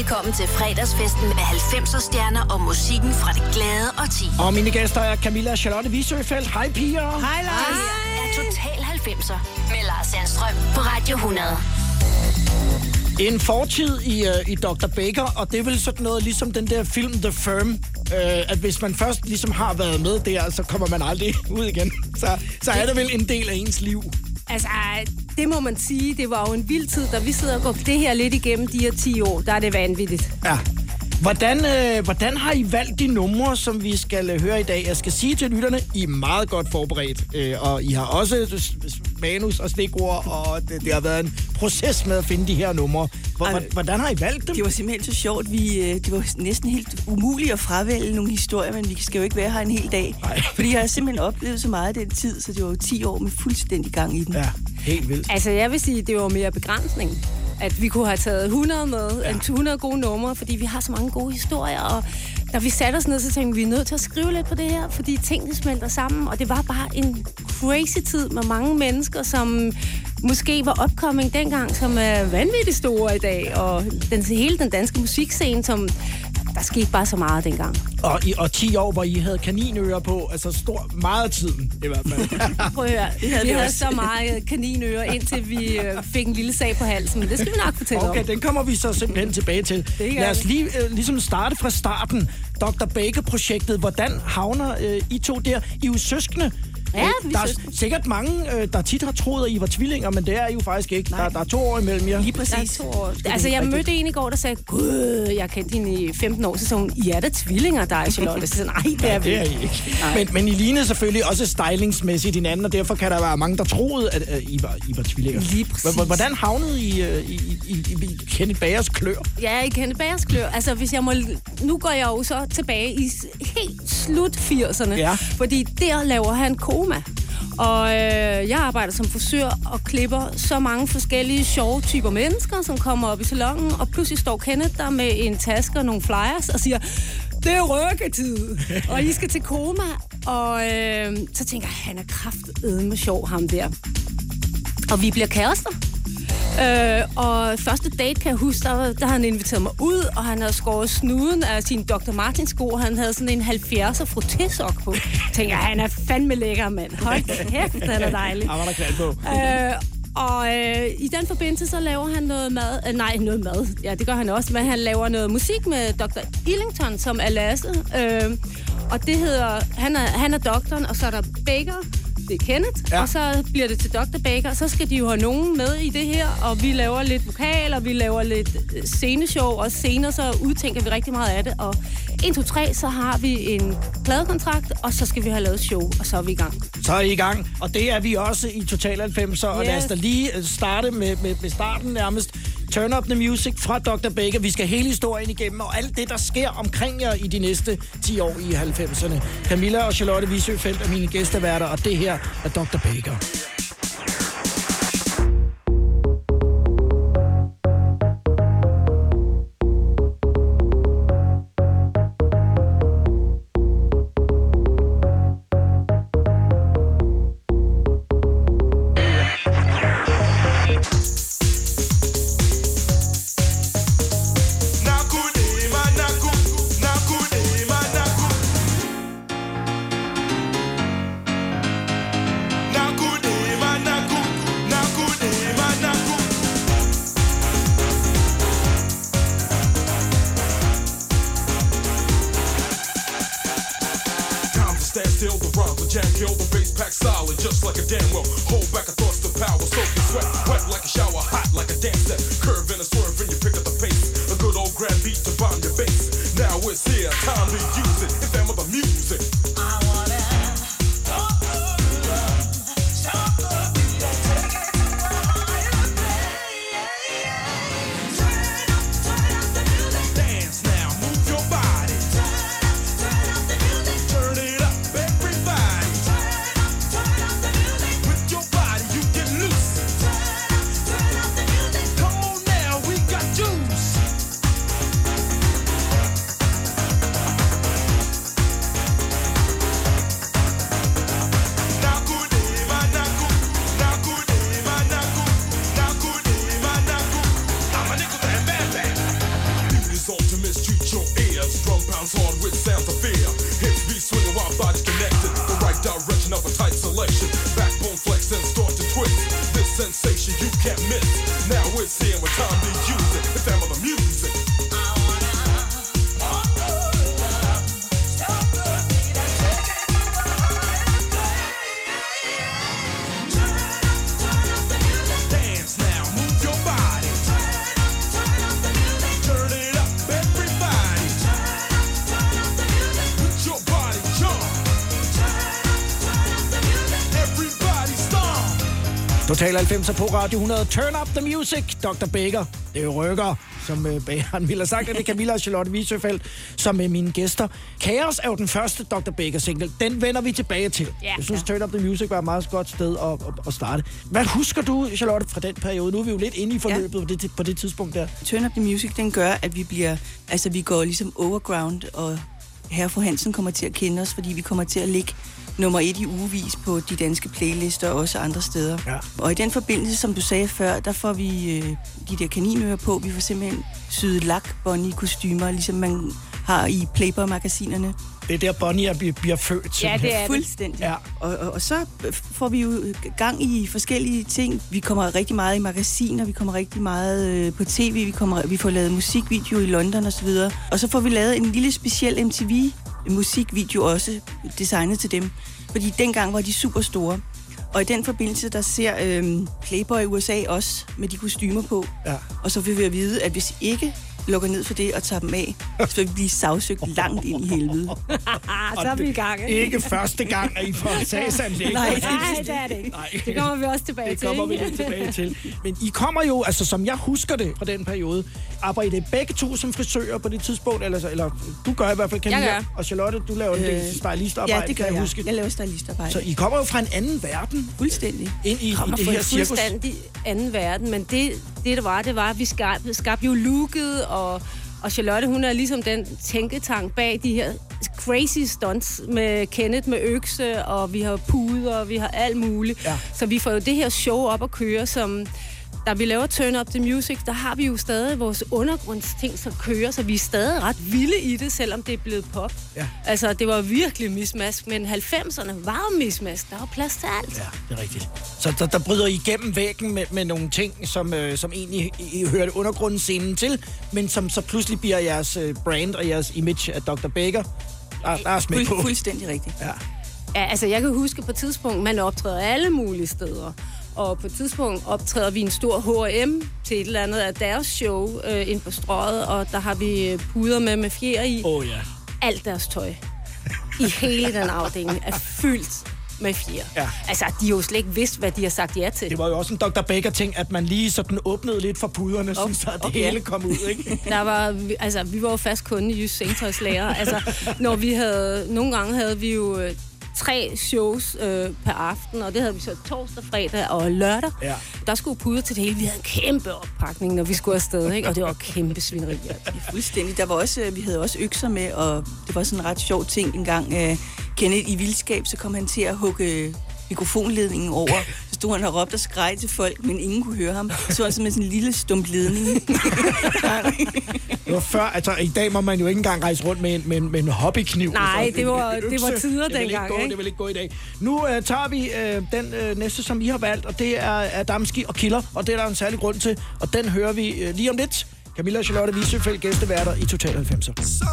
Velkommen til fredagsfesten med 90'er stjerner og musikken fra det glade årti. Og mine gæster er Camilla og Charlotte Wiesøfeldt. Hej piger. Hej Lars. Det er Total 90'er med Lars Sandstrøm på Radio 100. En fortid i Dr. Baker, og det er vel sådan noget ligesom den der film The Firm, at hvis man først ligesom har været med der, så kommer man aldrig ud igen. Så er det vel en del af ens liv. Altså, det må man sige. Det var jo en vild tid, da vi sidder og går det her lidt igennem de her 10 år. Der er det vanvittigt. Ja. Hvordan har I valgt de numre, som vi skal høre i dag? Jeg skal sige til lytterne, I er meget godt forberedt, og I har også manus og stikord, og det har været en proces med at finde de her numre. Hvordan har I valgt dem? Det var simpelthen så sjovt. Det var næsten helt umuligt at fravælge nogle historier, men vi skal jo ikke være her en hel dag. Nej. Fordi jeg har simpelthen oplevet så meget af den tid, så det var jo 10 år med fuldstændig gang i den. Ja, helt vildt. Altså, jeg vil sige, det var mere begrænsning. At vi kunne have taget 100 med, 100 gode numre, fordi vi har så mange gode historier, og da vi satte os ned, så tænkte vi er nødt til at skrive lidt på det her, fordi tingene smelter sammen, og det var bare en crazy tid med mange mennesker, måske var upcoming dengang, som er vanvittigt store i dag, og hele den danske musikscene, der skete bare så meget dengang. Og 10 år, hvor I havde kaninører på, altså meget af tiden i hvert fald. Prøv at høre, vi havde så meget kaninører, indtil vi fik en lille sag på halsen, men det skal vi nok fortælle om. Okay, den kommer vi så simpelthen tilbage til. Lad os lige ligesom starte fra starten. Dr. Baker-projektet, hvordan havner I to der? I er jo søskende. Ja, der er sikkert mange, der tit har troet, at I var tvillinger, men det er I jo faktisk ikke. Der er 2 år imellem jer. Lige præcis. Der er 2 år. Altså, jeg mødte en i går, der sagde, gud, jeg kendte hende i 15 år, så sagde hun, I er da tvillinger, der er Charlotte. Så nej, det er vi ikke. Men I lignede selvfølgelig også stylingsmæssigt hinanden, og derfor kan der være mange, der troede, at I var tvillinger. Lige præcis. Hvordan havnede I Kenneth Bagers klør? Ja, i Kenneth Bagers klør. Altså, hvis jeg må... Nu går jeg jo så tilbage i helt slut 80'erne, fordi der laver han Koma. Og jeg arbejder som frisør og klipper så mange forskellige sjove typer mennesker, som kommer op i salonen, og pludselig står Kenneth der med en taske og nogle flyers og siger, det er rykketid, og I skal til Koma. Og så tænker jeg, han er kraftedme sjov, ham der. Og vi bliver kærester. Og første date, kan jeg huske, der har han inviteret mig ud, og han havde skåret snuden af sin Dr. Martens sko, og han havde sådan en 70'er frotésok på. Tænker jeg, han er fandme lækker, mand. Hold kæft, han er dejlig. Han var der knald på. Og i den forbindelse, så laver han noget mad. Noget mad. Ja, det gør han også, men han laver noget musik med Dr. Illington, som er Lasse. Og det hedder, han er doktoren, og så er der Baker, det er Kenneth, og så bliver det til Dr. Baker, og så skal de jo have nogen med i det her, og vi laver lidt vokal, og vi laver lidt sceneshow, og senere så udtænker vi rigtig meget af det, og 1, 2, 3, så har vi en pladekontrakt, og så skal vi have lavet show, og så er vi i gang. Så er I i gang, og det er vi også i Total 90'er, og lad os da lige starte med starten nærmest. Turn Up The Music fra Dr. Baker. Vi skal hele historien igennem, og alt det, der sker omkring jer i de næste 10 år i 90'erne. Camilla og Charlotte Wiesøfeldt er mine gæsteværter, og det her er Dr. Baker. Your body. quit saying what time they use it. It's time of the music. Dance now, move your body. Turn it up, everybody. Put your body jump. Everybody stomp. Total 90'er på Radio 100. Turn up the music. Dr. Baker. Det er jo rykker, som bageren ville have sagt. Og det er Camilla og Charlotte Wiesøfeldt, som er mine gæster. Kaos er jo den første Dr. Baker-single. Den vender vi tilbage til. Jeg synes, Turn up the music var et meget godt sted at starte. Hvad husker du, Charlotte, fra den periode? Nu er vi jo lidt inde i forløbet på det tidspunkt der. Turn up the music, den gør, at vi går ligesom overground, og Herre Fru Hansen kommer til at kende os, fordi vi kommer til at ligge nummer 1 i ugevis på de danske playlister og også andre steder. Ja. Og i den forbindelse, som du sagde før, der får vi de der kaninører på. Vi får simpelthen syet lak-Bonnie-kostymer, ligesom man har i Playboy-magasinerne. Det er der Bonnie bliver født. Ja, det er fuldstændig. Ja. Og så får vi jo gang i forskellige ting. Vi kommer rigtig meget i magasiner, vi kommer rigtig meget på tv, vi får lavet musikvideo i London osv. Og så får vi lavet en lille speciel MTV-musikvideo også, designet til dem. Fordi dengang var de super store. Og i den forbindelse, der ser Playboy USA også med de kostymer på. Ja. Og så vil vi vide, at hvis ikke lukker ned for det og tager dem af, så vil vi blive sagsøgt langt ind i helvede. Så er vi i gang. Ikke første gang, at I får sagsanlæg. Nej, det er det ikke. Nej. Det kommer vi også tilbage til. Det kommer vi lidt tilbage til. Men I kommer jo, altså som jeg husker det fra den periode, arbejder I begge to som frisører på det tidspunkt, eller du gør i hvert fald, Camilla, og Charlotte, du laver en del stylistarbejde. Ja, det gør jeg. Jeg laver stylistarbejde. Så I kommer jo fra en anden verden. Fuldstændig. Ind i det her cirkus. Fuldstændig anden verden, men det var, at vi skabte jo looket, og Charlotte, hun er ligesom den tænketank bag de her crazy stunts med Kenneth med økse, og vi har puder, og vi har alt muligt. Ja. Så vi får jo det her show op at køre, som da vi laver Turn Up The Music, der har vi jo stadig vores undergrundsting, så kører, så vi er stadig ret vilde i det, selvom det er blevet pop. Ja. Altså, det var virkelig mismask, men 90'erne var jo mismask. Der var plads til alt. Ja, det er rigtigt. Så der bryder I igennem væggen med nogle ting, som egentlig I hørte undergrundsscenen til, men som så pludselig bliver jeres brand og jeres image af Dr. Baker. Der er smæk på. Fuldstændig rigtigt. Ja. Ja, altså, jeg kan huske på et tidspunkt, man optræder alle mulige steder. Og på et tidspunkt optræder vi en stor H&M til et eller andet af deres show ind på Strøget, og der har vi puder med fjer i. Oh, ja. Alt deres tøj i hele den afdeling er fyldt med fjer. Ja. Altså, de har jo slet ikke vidst, hvad de har sagt ja til. Det var jo også en Dr. Baker-ting, at man lige sådan åbnede lidt for puderne, så det hele kom ud, ikke? Vi var jo fast kunde i Jysk Sengetøjslager. Altså, nogle gange havde vi jo 3 shows per aften, og det havde vi så torsdag, fredag og lørdag. Ja. Der skulle puder til det hele. Vi havde en kæmpe oppakning, når vi skulle afsted, ikke? Og det var kæmpe svineri. Fuldstændig. Vi havde også økser med, og det var sådan en ret sjov ting engang. Kenneth i vildskab, så kom han til at hugge mikrofonledningen over. Så stod han og råbte og skreg til folk, men ingen kunne høre ham. Så var han med sådan en lille stump ledning. Det var før, altså i dag må man jo ikke engang rejse rundt med en hobbykniv. Nej, det var tider dengang. Det vil ikke gå i dag. Nu tager vi den næste, som I har valgt, og det er Adamski og Killer, og det er der en særlig grund til, og den hører vi lige om lidt. Camilla og Charlotte Wiesøfeldt, gæsteværter i Total 90'er.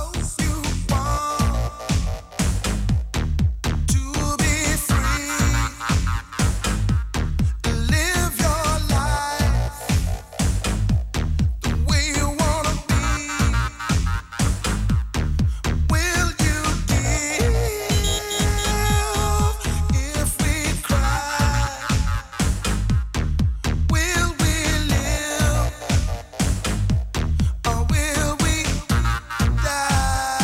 Die.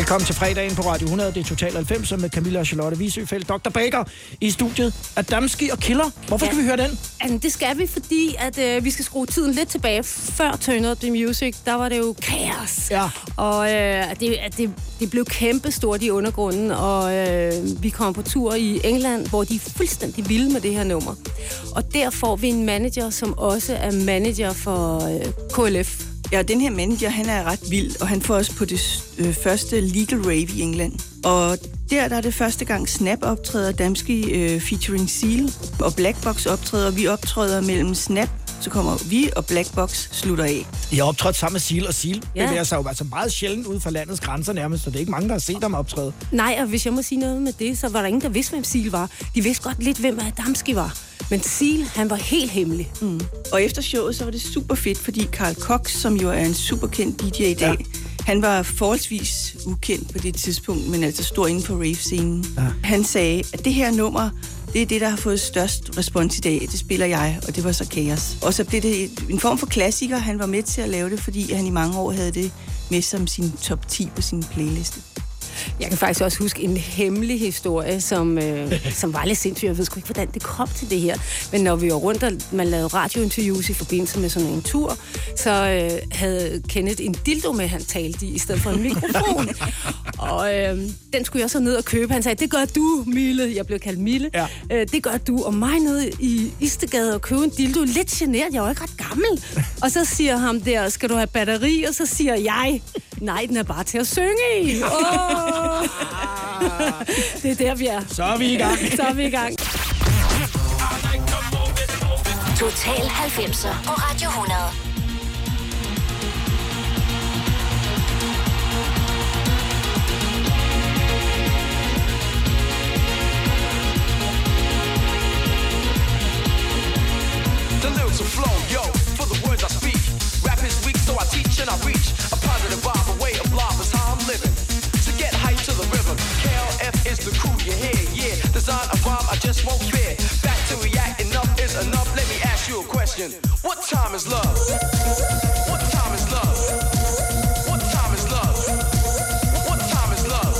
Velkommen til fredagen på Radio 100. Det er Total 90 med Camilla og Charlotte Wiesøfeldt. Dr. Baker i studiet. Adamski og Killer. Hvorfor skal vi høre den? Altså, det skal vi, fordi at, vi skal skrue tiden lidt tilbage. Før Turn Up The Music, der var det jo kaos. Ja. Og det blev kæmpestort i undergrunden, og vi kom på tur i England, hvor de er fuldstændig vilde med det her nummer. Og der får vi en manager, som også er manager for KLF. Ja, den her manager, han er ret vild, og han får os på det første Legal Rave i England. Og der er det første gang Snap optræder, Damski featuring Seal, og Black Box optræder, og vi optræder mellem Snap, så kommer vi, og Black Box slutter af. I har optrådt sammen med Seal, og Seal bevæger sig jo altså meget sjældent ud fra landets grænser nærmest, så det er ikke mange, der har set dem optræde. Nej, og hvis jeg må sige noget med det, så var der ingen, der vidste, hvem Seal var. De vidste godt lidt, hvem Adamski var. Men Seal, han var helt hemmelig. Mm. Og efter showet, så var det super fedt, fordi Carl Cox, som jo er en superkendt DJ i dag, han var forholdsvis ukendt på det tidspunkt, men altså stor inden for rave-scenen. Ja. Han sagde, at det her nummer, det er det, der har fået størst respons i dag. Det spiller jeg, og det var så kaos. Og så blev det en form for klassiker. Han var med til at lave det, fordi han i mange år havde det med som sin top 10 på sin playliste. Jeg kan faktisk også huske en hemmelig historie, som var lidt sindssygt. Jeg ved sgu ikke, hvordan det kom til det her. Men når vi var rundt, og man lavede radiointerviews i forbindelse med sådan en tur, så havde Kenneth en dildo med, han talte i stedet for en mikrofon. Og den skulle jeg så ned og købe. Han sagde, det gør du, Mille. Jeg blev kaldt Mille. Ja. Det gør du. Og mig nede i Istegade og købe en dildo. Lidt genert. Jeg var ikke ret gammel. Og så siger ham der, skal du have batteri? Og så siger jeg, nej, den er bare til at synge i. Det er der, vi er. Så er vi i gang. Total 90'er på Radio 100. The lyrics will flow, yo, for the words I speak. Rap is weak, so I teach and I reach. A positive vibe, a way of life is how I'm living. So get hyped to the rhythm. KLF is the crew you hear, yeah. Design a rhyme I just won't fear. Back to react, enough is enough. Let me ask you a question. What time is love? What time is love? What time is love? What time is love?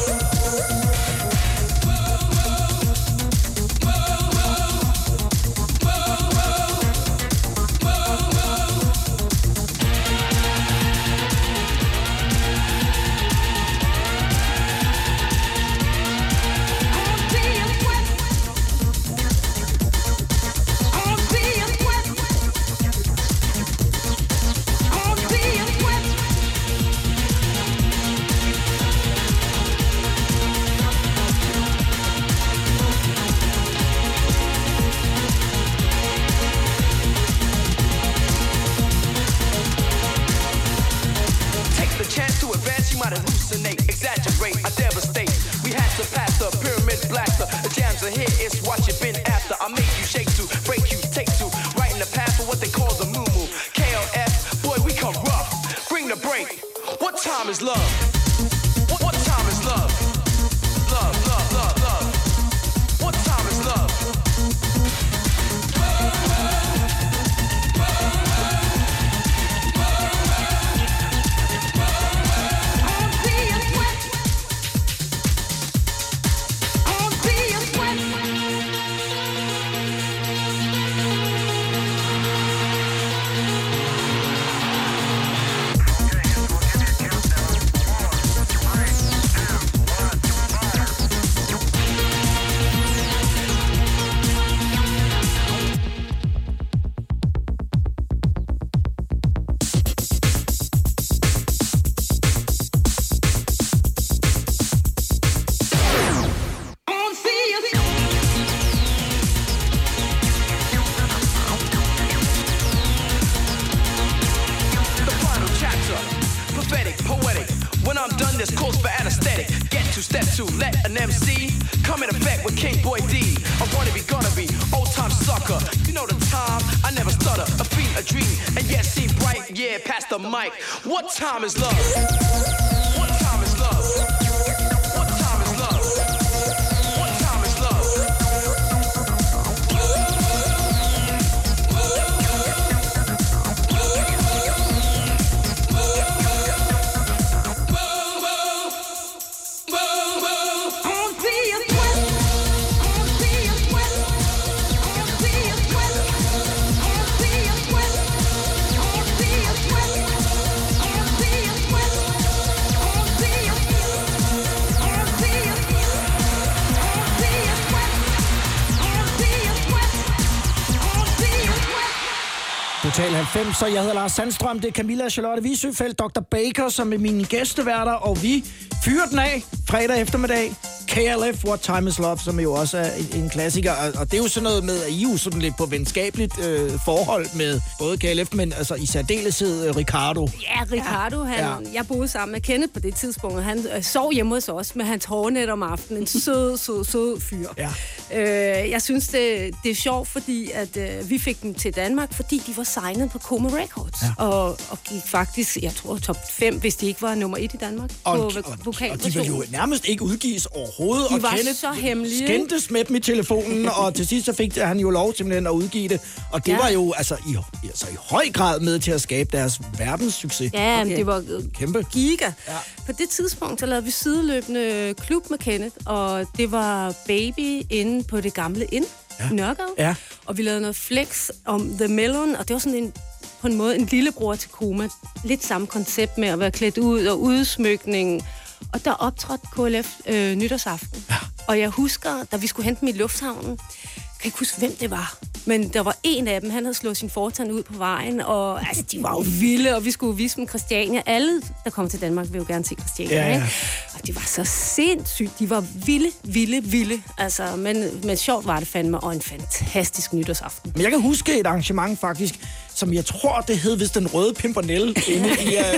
Exaggerate, I devastate. We had to pass the pyramid blaster. The jams are here, it's what you've been after. I make you shake to, break you, take to. Right in the path for what they call the moo-moo. KLF, boy, we come rough. Bring the break. What time is love? What time is love? Love, love, love, love. What time is love? Mike, what time is love? What time is love? What time is love? What time is love? Total 90, så jeg hedder Lars Sandstrøm, det er Camilla Charlotte Wiesøfeldt, Dr. Baker, som er mine gæsteværter, og vi fyrer den af fredag eftermiddag. KLF, What Time Is Love, som jo også er en klassiker, og det er jo sådan noget med, at I er jo sådan lidt på venskabeligt forhold med både KLF, men altså i særdeleshed Ricardo. Ja, Ricardo, jeg boede sammen med Kenneth på det tidspunkt, og han sov hjemme hos os med hans hårnet om aftenen. En sød fyr. Ja. Jeg synes, det er sjovt, fordi at vi fik dem til Danmark, fordi de var signet på Coma Records. Ja. Og gik faktisk, jeg tror, top 5, hvis de ikke var nummer 1 i Danmark. Og de ville jo nærmest ikke udgives overhovedet. De og var Kenneth så hemmelige. Skændtes med dem i telefonen, og til sidst så fik han jo lov simpelthen at udgive det. Og det var jo altså i høj grad med til at skabe deres verdenssucces. Ja, det var kæmpe. Giga. Ja. På det tidspunkt, så lavede vi sideløbende klub med Kenneth, og det var Baby inde på det gamle Inn i Nørregade. Ja. Og vi lavede noget flex om The Melon, og det var sådan på en måde en lillebror til Coma. Lidt samme koncept med at være klædt ud og udsmykning. Og der optrådte KLF nytårsaften. Ja. Og jeg husker, da vi skulle hente dem i lufthavnen, jeg kan ikke huske, hvem det var. Men der var en af dem, han havde slået sin fortand ud på vejen, og altså, de var jo vilde, og vi skulle vise dem Christiania. Alle, der kommer til Danmark, vil jo gerne se Christiania, ikke? Og det var så sindssygt. De var vilde. Altså, men sjovt var det fandme, og en fantastisk nytårsaften. Men jeg kan huske et arrangement faktisk, som jeg tror, det hed vist Den Røde Pimpernelle, inde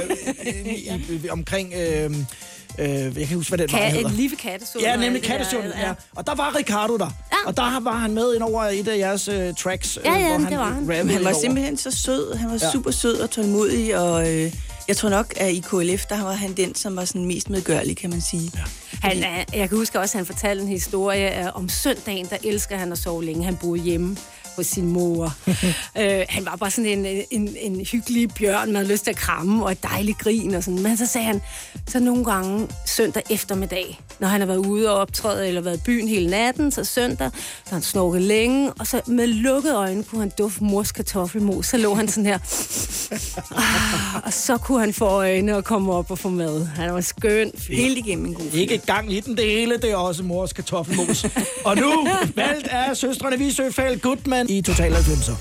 i omkring... jeg kan huske, hvad den hedder. Lige ved Kattesund. Ja, nemlig Kattesund, ja. Og der var Ricardo der. Ja. Og der var han med ind over et af jeres tracks. Ja, det var han. Han var simpelthen så sød. Han var super sød og tålmodig, og jeg tror nok, at i KLF, der var han den, som var sådan mest medgørlig, kan man sige. Ja. Jeg kan huske også, at han fortalte en historie om søndagen, der elsker han at sove længe. Han boede hjemme hos sin mor. Han var bare sådan en hyggelig bjørn, man havde lyst til at kramme, og et dejligt grin og sådan. Men så sagde han, så nogle gange søndag eftermiddag, når han har været ude og optræde, eller været i byen hele natten, så søndag, så han snorket længe, og så med lukkede øjne kunne han dufte mors kartoffelmos. Så lå han sådan her. Og så kunne han få øjne og komme op og få mad. Han var skøn. Helt igennem en god fyr. Ikke gang i den, det hele, det er også mors kartoffelmos. Og nu valgt af søstrene Wiesøfeldt Goodman i Total 90'er.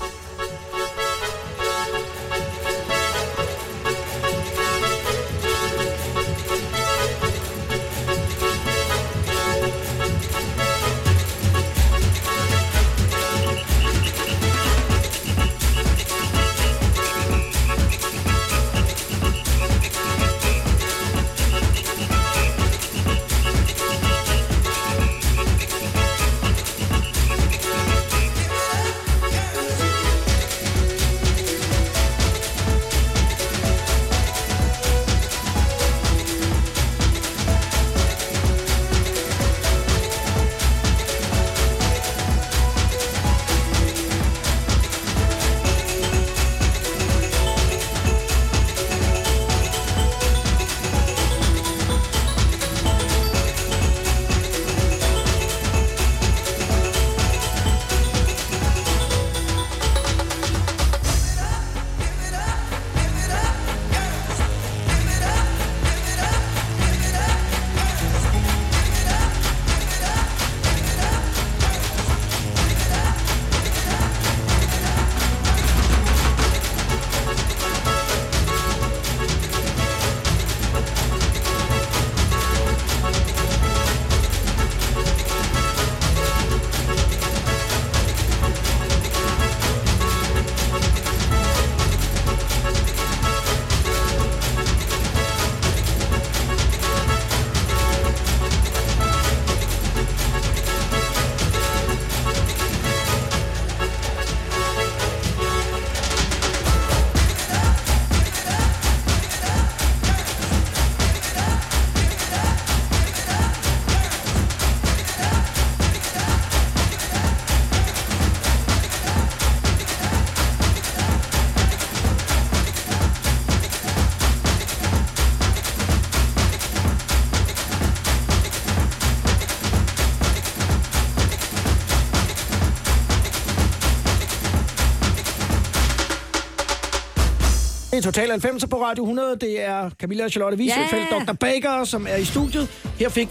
Det er Total 90 på Radio 100. Det er Camilla Charlotte Wiesøfeldt, Dr. Baker, som er i studiet. Her fik vi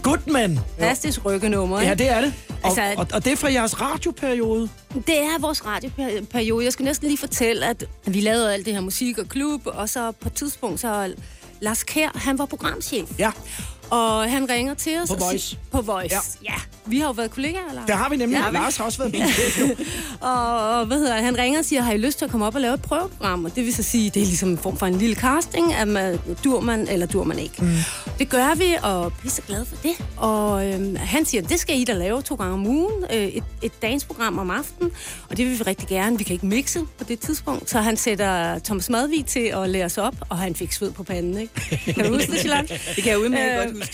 Goodman. Fantastisk rykkenummer, ikke? Ja, det er det. Altså, Og det er fra jeres radioperiode? Det er vores radioperiode. Jeg skal næsten lige fortælle, at vi lavede alt det her musik og klub, og så på et tidspunkt, så Lars Kjær, han var programchef. Ja. Og han ringer til os. På Voice. På Voice, ja. Vi har jo været kollegaer, eller? Det har vi nemlig. Ja, Lars har også været med. Og han ringer og siger, har I lyst til at komme op og lave et prøveprogram? Og det vil så sige, det er ligesom en form for en lille casting, at dur man, eller dur man ikke. Det gør vi, og vi er så glade for det. Og han siger, det skal I da lave 2 gange om ugen, et dansprogram om aftenen, og det vil vi rigtig gerne. Vi kan ikke mixe på det tidspunkt, så han sætter Thomas Madvig til at lære os op, og han fik sved på panden, ikke? Kan du huske det, Charlotte? Det kan jeg udmærket godt huske.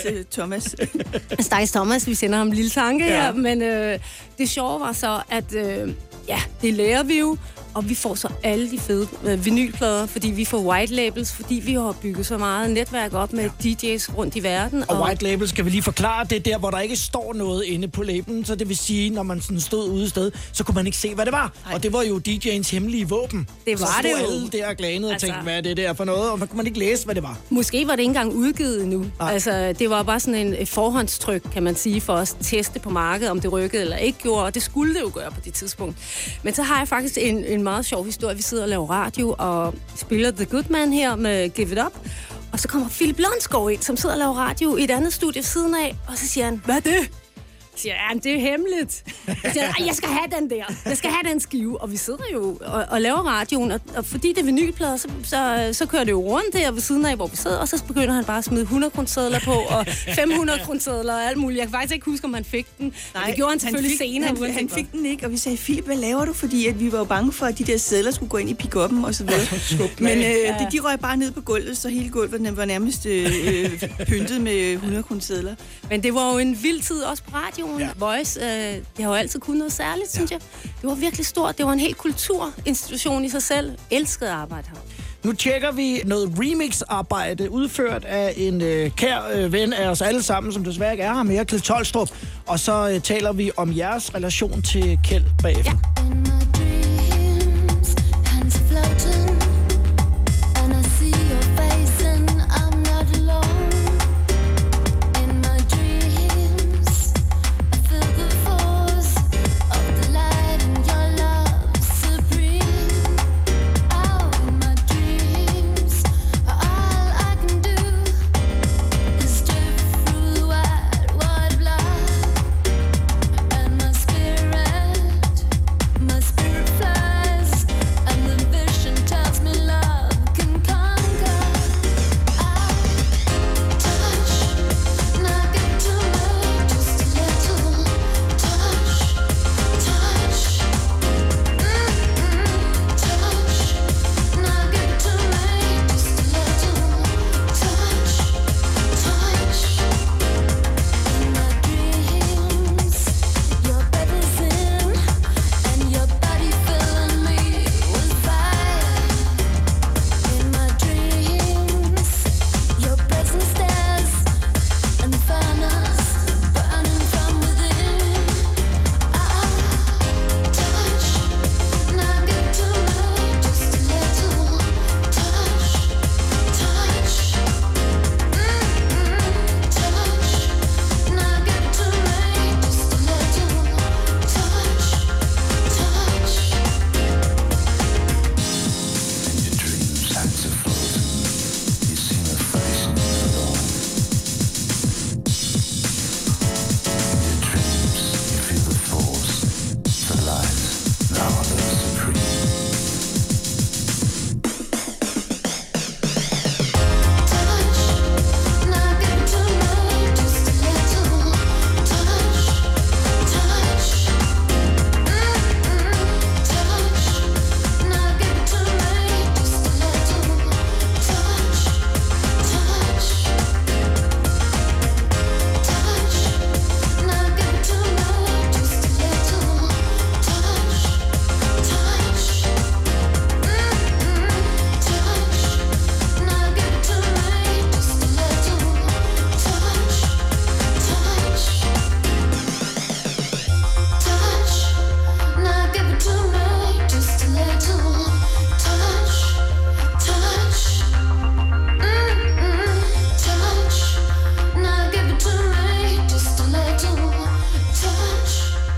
Stakkels Thomas, vi sender ham en lille tanke her, men det sjove var så, at det lærer vi jo, og vi får så alle de fede vinylplader, fordi vi får white labels, fordi vi har bygget så meget netværk op med DJ's rundt i verden. Og white labels, kan vi lige forklare, det er der, hvor der ikke står noget inde på labelen, så det vil sige, når man sådan stod ude i sted, så kunne man ikke se, hvad det var. Ej. Og det var jo DJ'ens hemmelige våben. Det var det jo. Så alle der glænede og tænkte, hvad er det der for noget, og man kunne ikke læse, hvad det var. Måske var det ikke engang udgivet endnu. Altså, det var bare sådan en forhåndstryk, kan man sige, for os at teste på markedet, om det rykkede eller ikke gjorde, og det skulle det jo gøre på det tidspunkt. Men så har jeg faktisk en meget sjov historie. Vi sidder og laver radio og spiller The Goodman her med Give It Up. Og så kommer Philip Lundsgaard ind, som sidder og laver radio i et andet studie ved siden af. Og så siger han, hvad er det? Jeg siger, ja, det er hemmeligt. Jeg siger, jeg skal have den der. Jeg skal have den skive. Og vi sidder jo og laver radioen. Og fordi det er vinylplader, så kører det jo rundt der ved siden af, hvor vi sidder. Og så begynder han bare at smide 100-kronesedler på, og 500-kronesedler og alt muligt. Jeg kan faktisk ikke huske, om han fik den. Nej, det gjorde han selvfølgelig senere. Han fik den ikke, og vi sagde, Philip, hvad laver du? Fordi at vi var jo bange for, at de der sedler skulle gå ind i pick-up'en og så videre. Men de røg bare ned på gulvet, så hele gulvet var nærmest pyntet med 100-kronesedler. Men det var jo en vild tid også på radio. Ja. Voice, det har jo altid kunnet noget særligt, synes jeg. Det var virkelig stort. Det var en helt kulturinstitution i sig selv. Elskede at arbejde her. Nu tjekker vi noget remix-arbejde, udført af en kær ven af os alle sammen, som desværre ikke er her mere, Kjeld Tolstrup. Og så taler vi om jeres relation til Kjeld bagefter. Ja.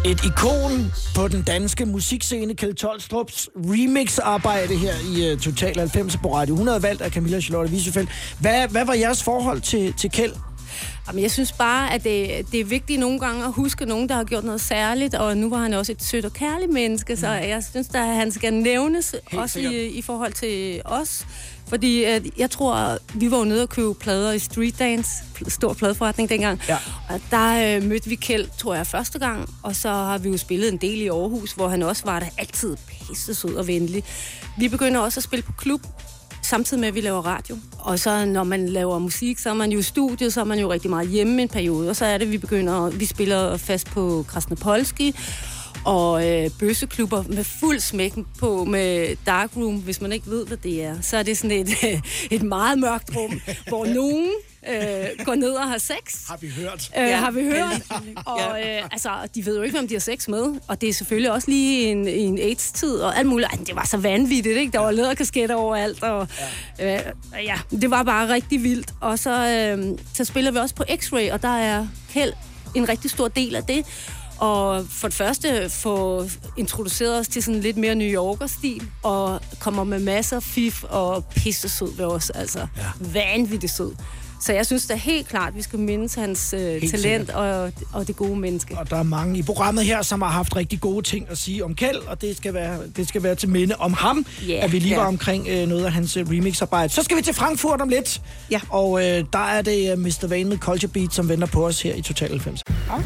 Et ikon på den danske musikscene, Kjeld Tolstrups remix-arbejde her i Total 90 på Radio 100, valgt af Camilla Charlotte Wiesefeld. Hvad var jeres forhold til Kjeld? Jamen, jeg synes bare, at det er vigtigt nogle gange at huske nogen, der har gjort noget særligt, og nu var han også et sødt og kærligt menneske, så jeg synes, at han skal nævnes også i forhold til os. Fordi jeg tror, vi var jo nede og købe plader i Street Dance, stor pladeforretning dengang, og der mødte vi Kjeld, tror jeg, første gang, og så har vi jo spillet en del i Aarhus, hvor han også var der altid pisse sød og venlig. Vi begynder også at spille på klub, samtidig med, at vi laver radio. Og så, når man laver musik, så er man jo i studiet, så er man jo rigtig meget hjemme en periode. Og så er det, vi spiller fast på Krasnopolski og bøsseklubber med fuld smækken på med Darkroom. Hvis man ikke ved, hvad det er, så er det sådan et meget mørkt rum, hvor nogen går ned og har sex. Har vi hørt. Har vi hørt. Og altså, de ved jo ikke, hvem de har sex med. Og det er selvfølgelig også lige i en AIDS-tid og alt muligt. Det var så vanvittigt, ikke? Der var læderkasketter overalt. Og, det var bare rigtig vildt. Og så spiller vi også på X-Ray, og der er Kjeld en rigtig stor del af det. Og for det første få introduceret os til sådan lidt mere New Yorker-stil, og kommer med masser af fif og pisse sød ved os. Altså, vanvittigt sød. Så jeg synes da helt klart, at vi skal mindes hans talent og det gode menneske. Og der er mange i programmet her, som har haft rigtig gode ting at sige om Kjeld, og det skal være til minde om ham, at vi lige var omkring noget af hans remixarbejde. Så skal vi til Frankfurt om lidt, og der er det Mr. Vane med Culture Beat, som venter på os her i Total 90.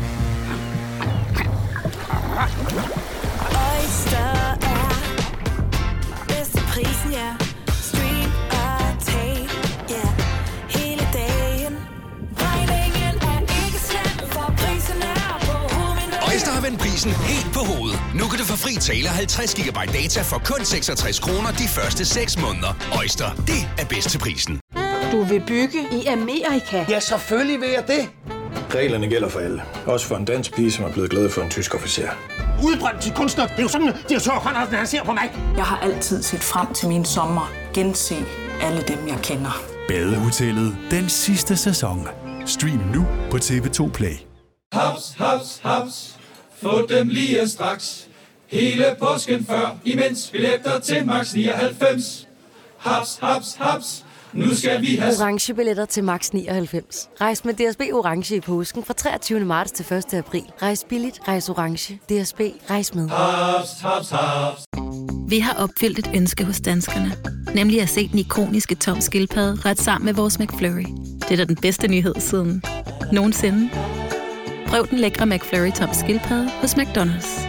Oyster er bedst til prisen, ja. Stream og tag, ja. Hele dagen. Regningen er ikke slem, for prisen er på hovedet. Oyster har vendt prisen helt på hovedet. Nu kan du få fri tale 50 GB data for kun 66 kroner de første 6 måneder. Oyster, det er bedst til prisen. Du vil bygge i Amerika? Ja, selvfølgelig vil jeg det. Reglerne gælder for alle. Også for en dansk pige, som er blevet glad for en tysk officer. Udbrændt til kunstner. Det er jo sådan, direktør Conradsen, han ser på mig. Jeg har altid set frem til min sommer. Gense alle dem, jeg kender. Badehotellet. Den sidste sæson. Stream nu på TV2 Play. Haps, haps, haps. Få dem lige straks. Hele påsken før, imens billetter til max 99. Haps, haps, haps. Nu skal vi have orange billetter til max 99. Rejs med DSB orange i påsken fra 23. marts til 1. april. Rejs billigt, rejs orange. DSB, rejs med. Haps, haps, haps. Vi har opfyldt et ønske hos danskerne, nemlig at se den ikoniske Tom Skildpadde ret sammen med vores McFlurry. Det er da den bedste nyhed siden nogensinde. Prøv den lækre McFlurry Tom Skildpadde hos McDonald's.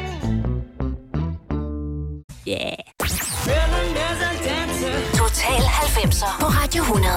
Yeah. Total 90'er på Radio 100.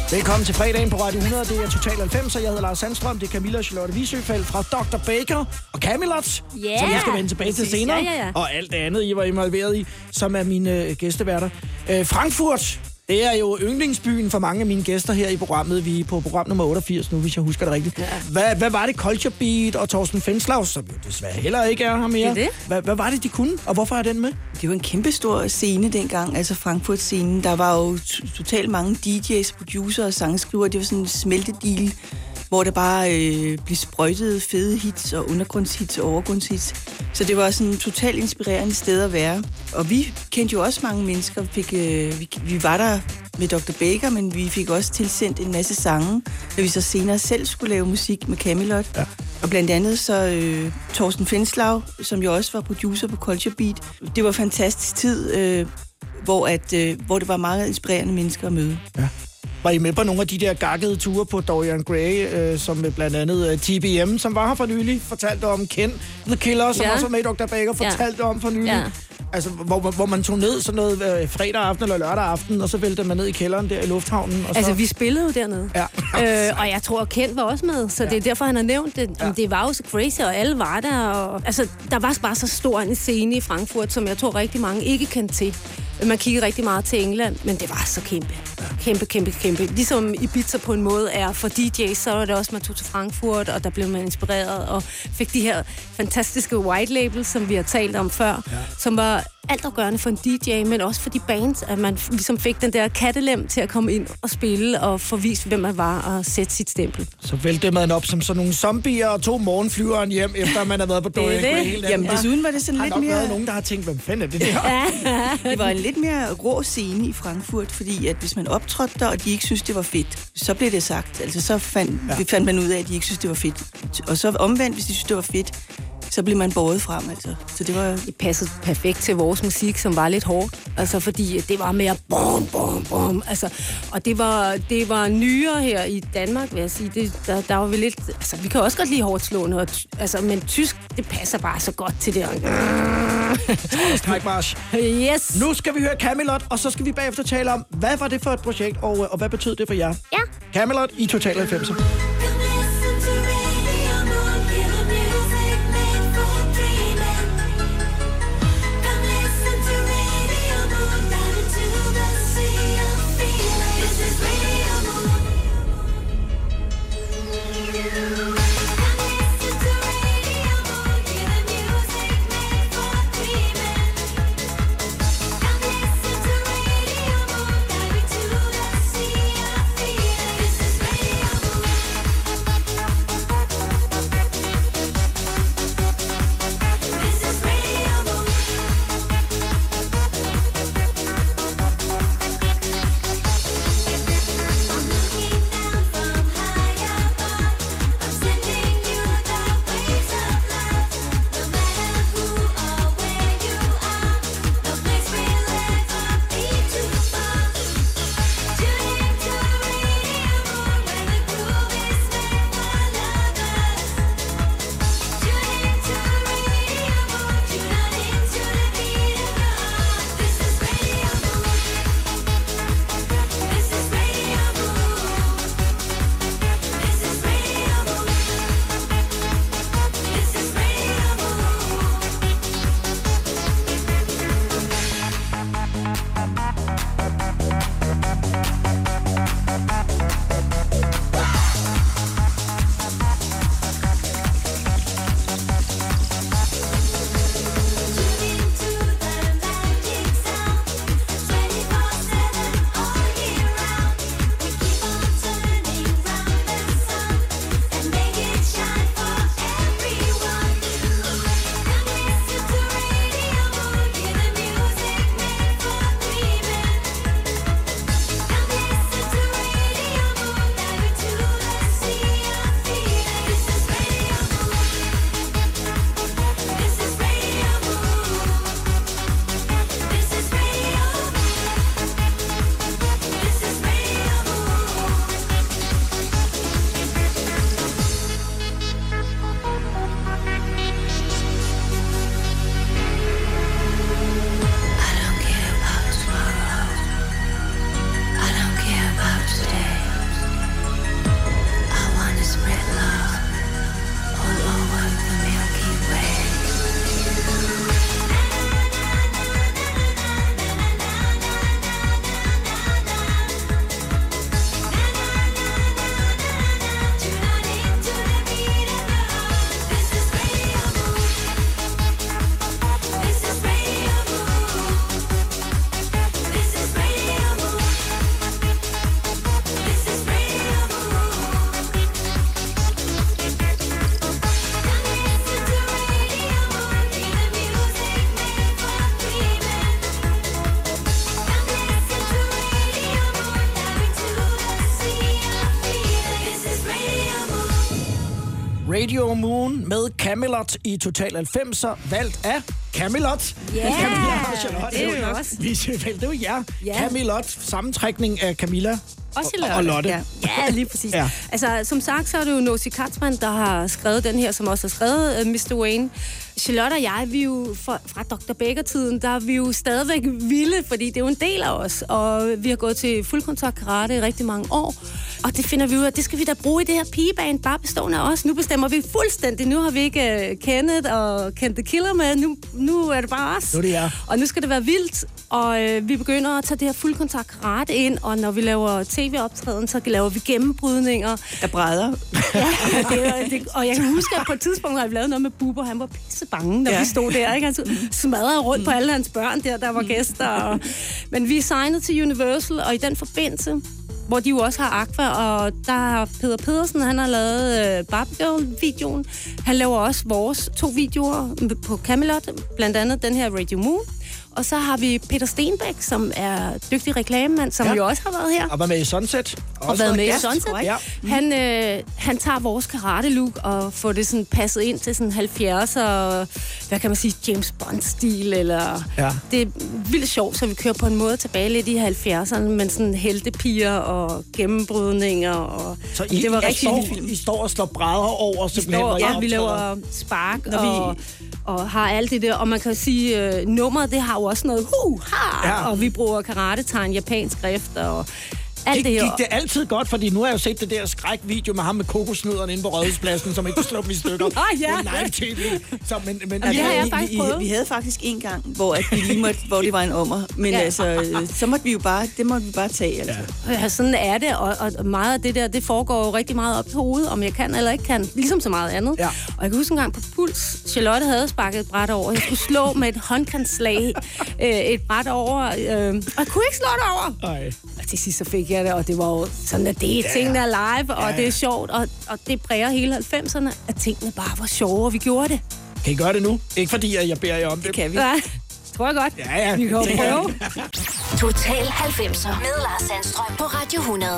Velkommen til fredagen på Radio 100. Det er Total 90, og jeg hedder Lars Sandstrøm. Det er Camilla og Charlotte Wiesøfeldt fra Dr. Baker og Camelot, som jeg skal vende tilbage til senere. Ja. Og alt det andet, I var involveret i, som er mine gæsteværter. Frankfurt, det er jo yndlingsbyen for mange af mine gæster her i programmet. Vi er på program nummer 88 nu, hvis jeg husker det rigtigt. Ja. Hvad var det Culture Beat og Thorsten Fenslaus, som jo desværre heller ikke er her mere? Det. Hvad var det, de kunne, og hvorfor er den med? Det var en kæmpestor scene dengang, altså Frankfurt-scenen. Der var jo totalt mange DJ's, producer og sangskrivere. Det var sådan en smeltedeal, hvor der bare blev sprøjtet fede hits og undergrundshits og overgrundshits. Så det var sådan et totalt inspirerende sted at være. Og vi kendte jo også mange mennesker. Vi var der med Dr. Baker, men vi fik også tilsendt en masse sange, da vi så senere selv skulle lave musik med Camelot. Ja. Og blandt andet så Thorsten Fenslav, som jo også var producer på Culture Beat. Det var en fantastisk tid, hvor det var meget inspirerende mennesker at møde. Ja. Var I med på nogle af de der gakkede ture på Dorian Gray, som blandt andet TBM, som var her for nylig, fortalte om Ken The Killer, som også var med i Dr. Baker, fortalte om for nylig. Ja. Altså, hvor man tog ned sådan noget fredag aften eller lørdag aften, og så væltede man ned i kælderen der i lufthavnen. Og så... Altså, vi spillede jo dernede. Ja. Og jeg tror, Ken var også med, så det er derfor, han har nævnt det. Ja. Det var jo så crazy, og alle var der. Og... Altså, der var bare så stor en scene i Frankfurt, som jeg tror rigtig mange ikke kendte til. Man kiggede rigtig meget til England, men det var så kæmpe. Kæmpe. Ligesom Ibiza på en måde er for DJ's, så var det også, man tog til Frankfurt, og der blev man inspireret og fik de her fantastiske white labels, som vi har talt om før, som var altafgørende for en DJ, men også for de bands, at man ligesom fik den der kattelem til at komme ind og spille og få vist, hvem man var og sætte sit stempel. Så vælte man op som sådan nogle zombier og tog morgenflyveren hjem, efter man havde været på Dorian Gray. Jamen desuden var det sådan lidt mere... Der har nok været nogen, der har tænkt, hvem fanden er det der? Det var en lidt mere rå scene i Frankfurt, fordi at hvis man optrådte der, og de ikke synes det var fedt, så blev det sagt. Altså så fandt man ud af, at de ikke synes det var fedt. Og så omvendt, hvis de synes det var fedt, så blev man båret frem, altså. Så det passede perfekt til vores musik, som var lidt hårdt. Altså, fordi det var mere bom. Altså, og det var nyere her i Danmark, vil jeg sige. Der var vi lidt... Altså, vi kan også godt lide hårdt slående, men tysk, det passer bare så godt til det. Strækmarsch. Yes. Nu skal vi høre Camelot, og så skal vi bagefter tale om, hvad var det for et projekt, og hvad betød det for jer? Ja. Camelot i Total 90. Radio Moon med Camelot i Total 90'er, valgt af Camelot. Ja, Camilla og Charlotte. det er jo også. Det er jo jer. Ja. Camelot, sammentrækning af Camilla og Lotte. Ja, lige præcis. Ja. Altså, som sagt, så er det jo Nosy Katzman, der har skrevet den her, som også har skrevet Mr. Wayne. Charlotte og jeg, vi er jo fra Dr. Becker-tiden, der er vi jo stadigvæk vilde, fordi det er jo en del af os. Og vi har gået til fuldkontakt karate i rigtig mange år. Og det finder vi ud af, det skal vi da bruge i det her pigeband, bare bestående af os. Nu bestemmer vi fuldstændig. Nu har vi ikke Kenneth og Kent the Killer med. Nu er det bare os. Nu er det jer. Og nu skal det være vildt. Og vi begynder at tage det her fuldkontakt karate ind. Og når vi laver tv-optræden, så laver vi gennembrydninger. Af brædder. Ja, og jeg kan huske, at på et tidspunkt har vi lavet noget med Bubber. Han var pisse bange, når vi stod der. Ikke? Han smadrede rundt på alle hans børn der var gæster. Men vi er signet til Universal, og i den forbindelse, hvor de jo også har Aqua, og der har Peter Pedersen, han har lavet Barbie Girl-videoen. Han laver også vores 2 videoer på Camelot, blandt andet den her Radio Moon. Og så har vi Peter Stenbæk, som er dygtig reklamemand, som jo også har været her. Og var med i Sunset. Og været med i Sunset. Ja. Han tager vores karate-look og får det sådan passet ind til sådan 70'er, hvad kan man sige, James Bond-stil, eller... Ja. Det er vildt sjovt, så vi kører på en måde tilbage lidt i 70'erne, men sådan heltepiger og gennembrydninger, og så det var rigtig I står og slår brædder over, simpelthen. Vi laver spark, og har alt det der, og man kan sige, nummeret, det har jo også noget og vi bruger karate-tegn, japansk skrift, og alt det her. Gik det altid godt, fordi nu har jeg jo set det der skrækvideo med ham med kokosnødderne inde på Rådhuspladsen, som ikke kunne slå dem i stykker. Ja. På live-tv. Vi havde faktisk en gang, hvor at vi lige måtte, hvor det var en ommer, men altså, så måtte vi jo bare, det måtte vi bare tage, altså. Ja, sådan er det, og meget af det der, det foregår jo rigtig meget op til hovedet, om jeg kan eller ikke kan, ligesom så meget andet. Ja. Og jeg kan huske en gang på Puls, Charlotte havde sparket et bræt over, jeg skulle slå med et håndkantslag et bræt over, og jeg kunne ikke slå det over. Ej. Og til sidst så fik jeg det, og det var jo sådan, at tingene er live, og det er sjovt, og det præger hele 90'erne, at tingene bare var sjove, og vi gjorde det. Kan I gøre det nu? Ikke fordi, at jeg beder jer om det. Det kan vi. Ja, tror jeg godt. Ja. Vi kan jo prøve. Total 90'er med Lars Sandstrøm på Radio 100.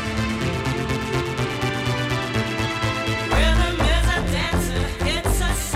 Rhythm is a dancer, it's a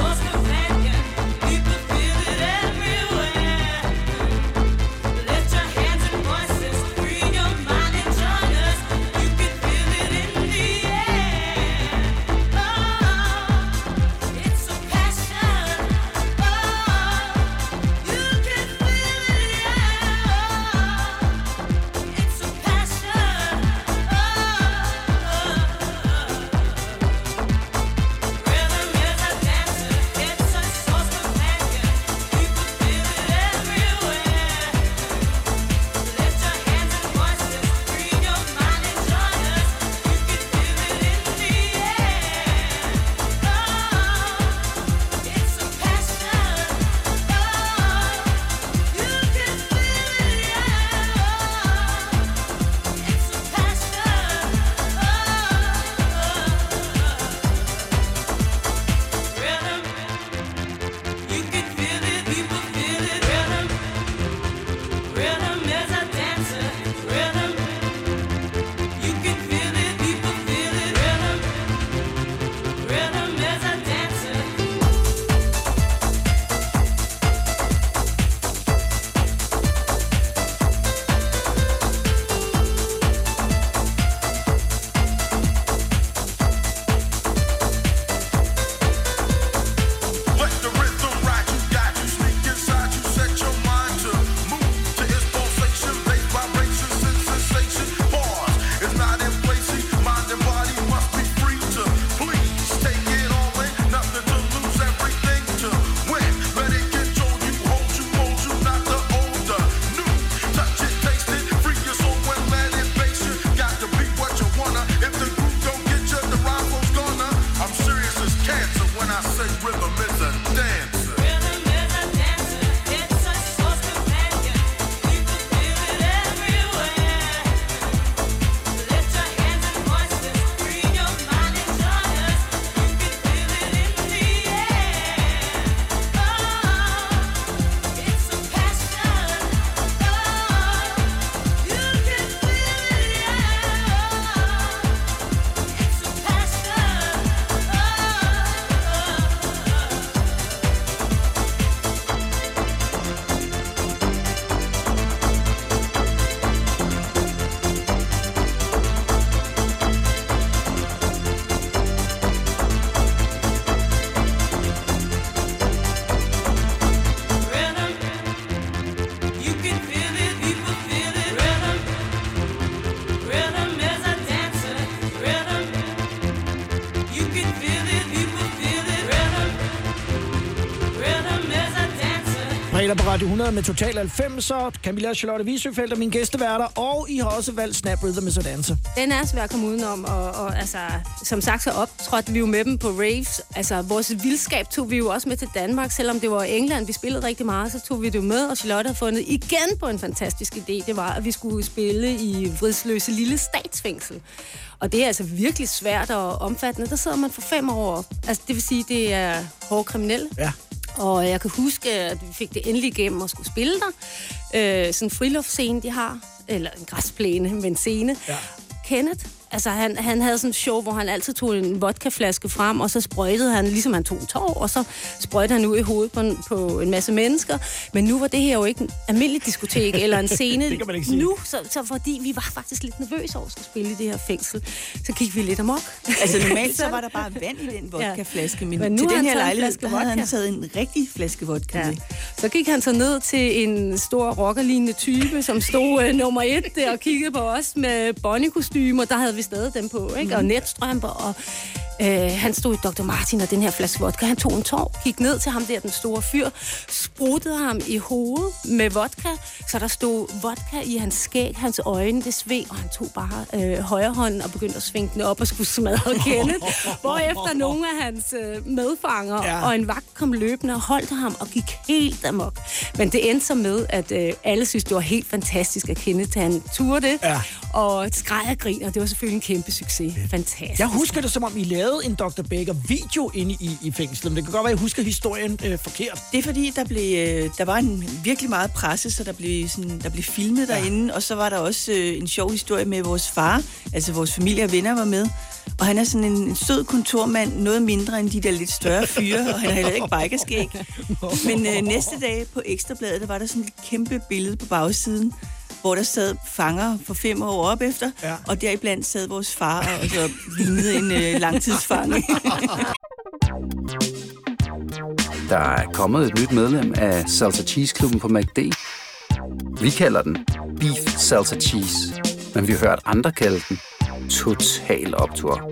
spiller på Radio 100 med Total 90'er. Camilla og Charlotte Wiesøfeldt er mine gæsteværter, og I har også valgt Snap Rhythm is a Dancer. Den er svær at komme udenom, og altså, som sagt så optrådte vi jo med dem på raves. Altså, vores vildskab tog vi jo også med til Danmark, selvom det var England, vi spillede rigtig meget, så tog vi det med, og Charlotte har fundet igen på en fantastisk idé. Det var, at vi skulle spille i Vridsløse Lille Statsfængsel. Og det er altså virkelig svært og omfattende. Der sidder man for 5 år. Altså, det vil sige, det er hårde kriminelle. Ja. Og jeg kan huske, at vi fik det endelig igennem at skulle spille der. Sådan en friluftsscene, de har. Eller en græsplæne med en scene. Ja. Kenneth, altså han havde sådan et show, hvor han altid tog en vodkaflaske frem, og så sprøjtede han, ligesom han tog en tår, og så sprøjtede han ud i hovedet på en masse mennesker. Men nu var det her jo ikke en almindelig diskotek eller en scene. Det kan man ikke sige. Nu, så fordi vi var faktisk lidt nervøse over at skulle spille i det her fængsel, så gik vi lidt amok. Altså normalt så var der bare vand i den vodkaflaske, men til den her lejlighed, der havde han taget en rigtig flaske vodka med. Så gik han så ned til en stor rockerlignende type, som stod nummer 1 der og kiggede på os med Bonnie-kostymer. Der havde vi stadig dem på, ikke? Og netstrømper, og han stod i Dr. Martin og den her flaske vodka. Han tog en tår, gik ned til ham der, den store fyr, spruttede ham i hovedet med vodka, så der stod vodka i hans skæg, hans øjne, det sved, og han tog bare højre hånden og begyndte at svinge den op og skulle smadre Kenneth. Hvorefter nogle af hans medfanger og en vagt kom løbende og holdt ham og gik helt amok. Men det endte så med, at alle synes, det var helt fantastisk at Kenneth, han turde det, og skreg og grin, og det var selvfølgelig en kæmpe succes. Fantastisk. Jeg husker det, som om I lavede en Dr. Baker-video inde i fængslet, men det kan godt være, at jeg husker historien forkert. Det er fordi, der var en virkelig meget presse, så der blev filmet derinde, og så var der også en sjov historie med vores far, altså vores familie og venner var med, og han er sådan en sød kontormand, noget mindre end de der lidt større fyre, og han har heller ikke bikerskæg. Men næste dag på Ekstrabladet, der var der sådan et kæmpe billede på bagsiden, hvor der sad fanger for 5 år op efter, og deriblandt sad vores far og så lignede en langtidsfange. Der er kommet et nyt medlem af Salsa Cheese Klubben på McD. Vi kalder den Beef Salsa Cheese, men vi har hørt andre kalde den Total Optur.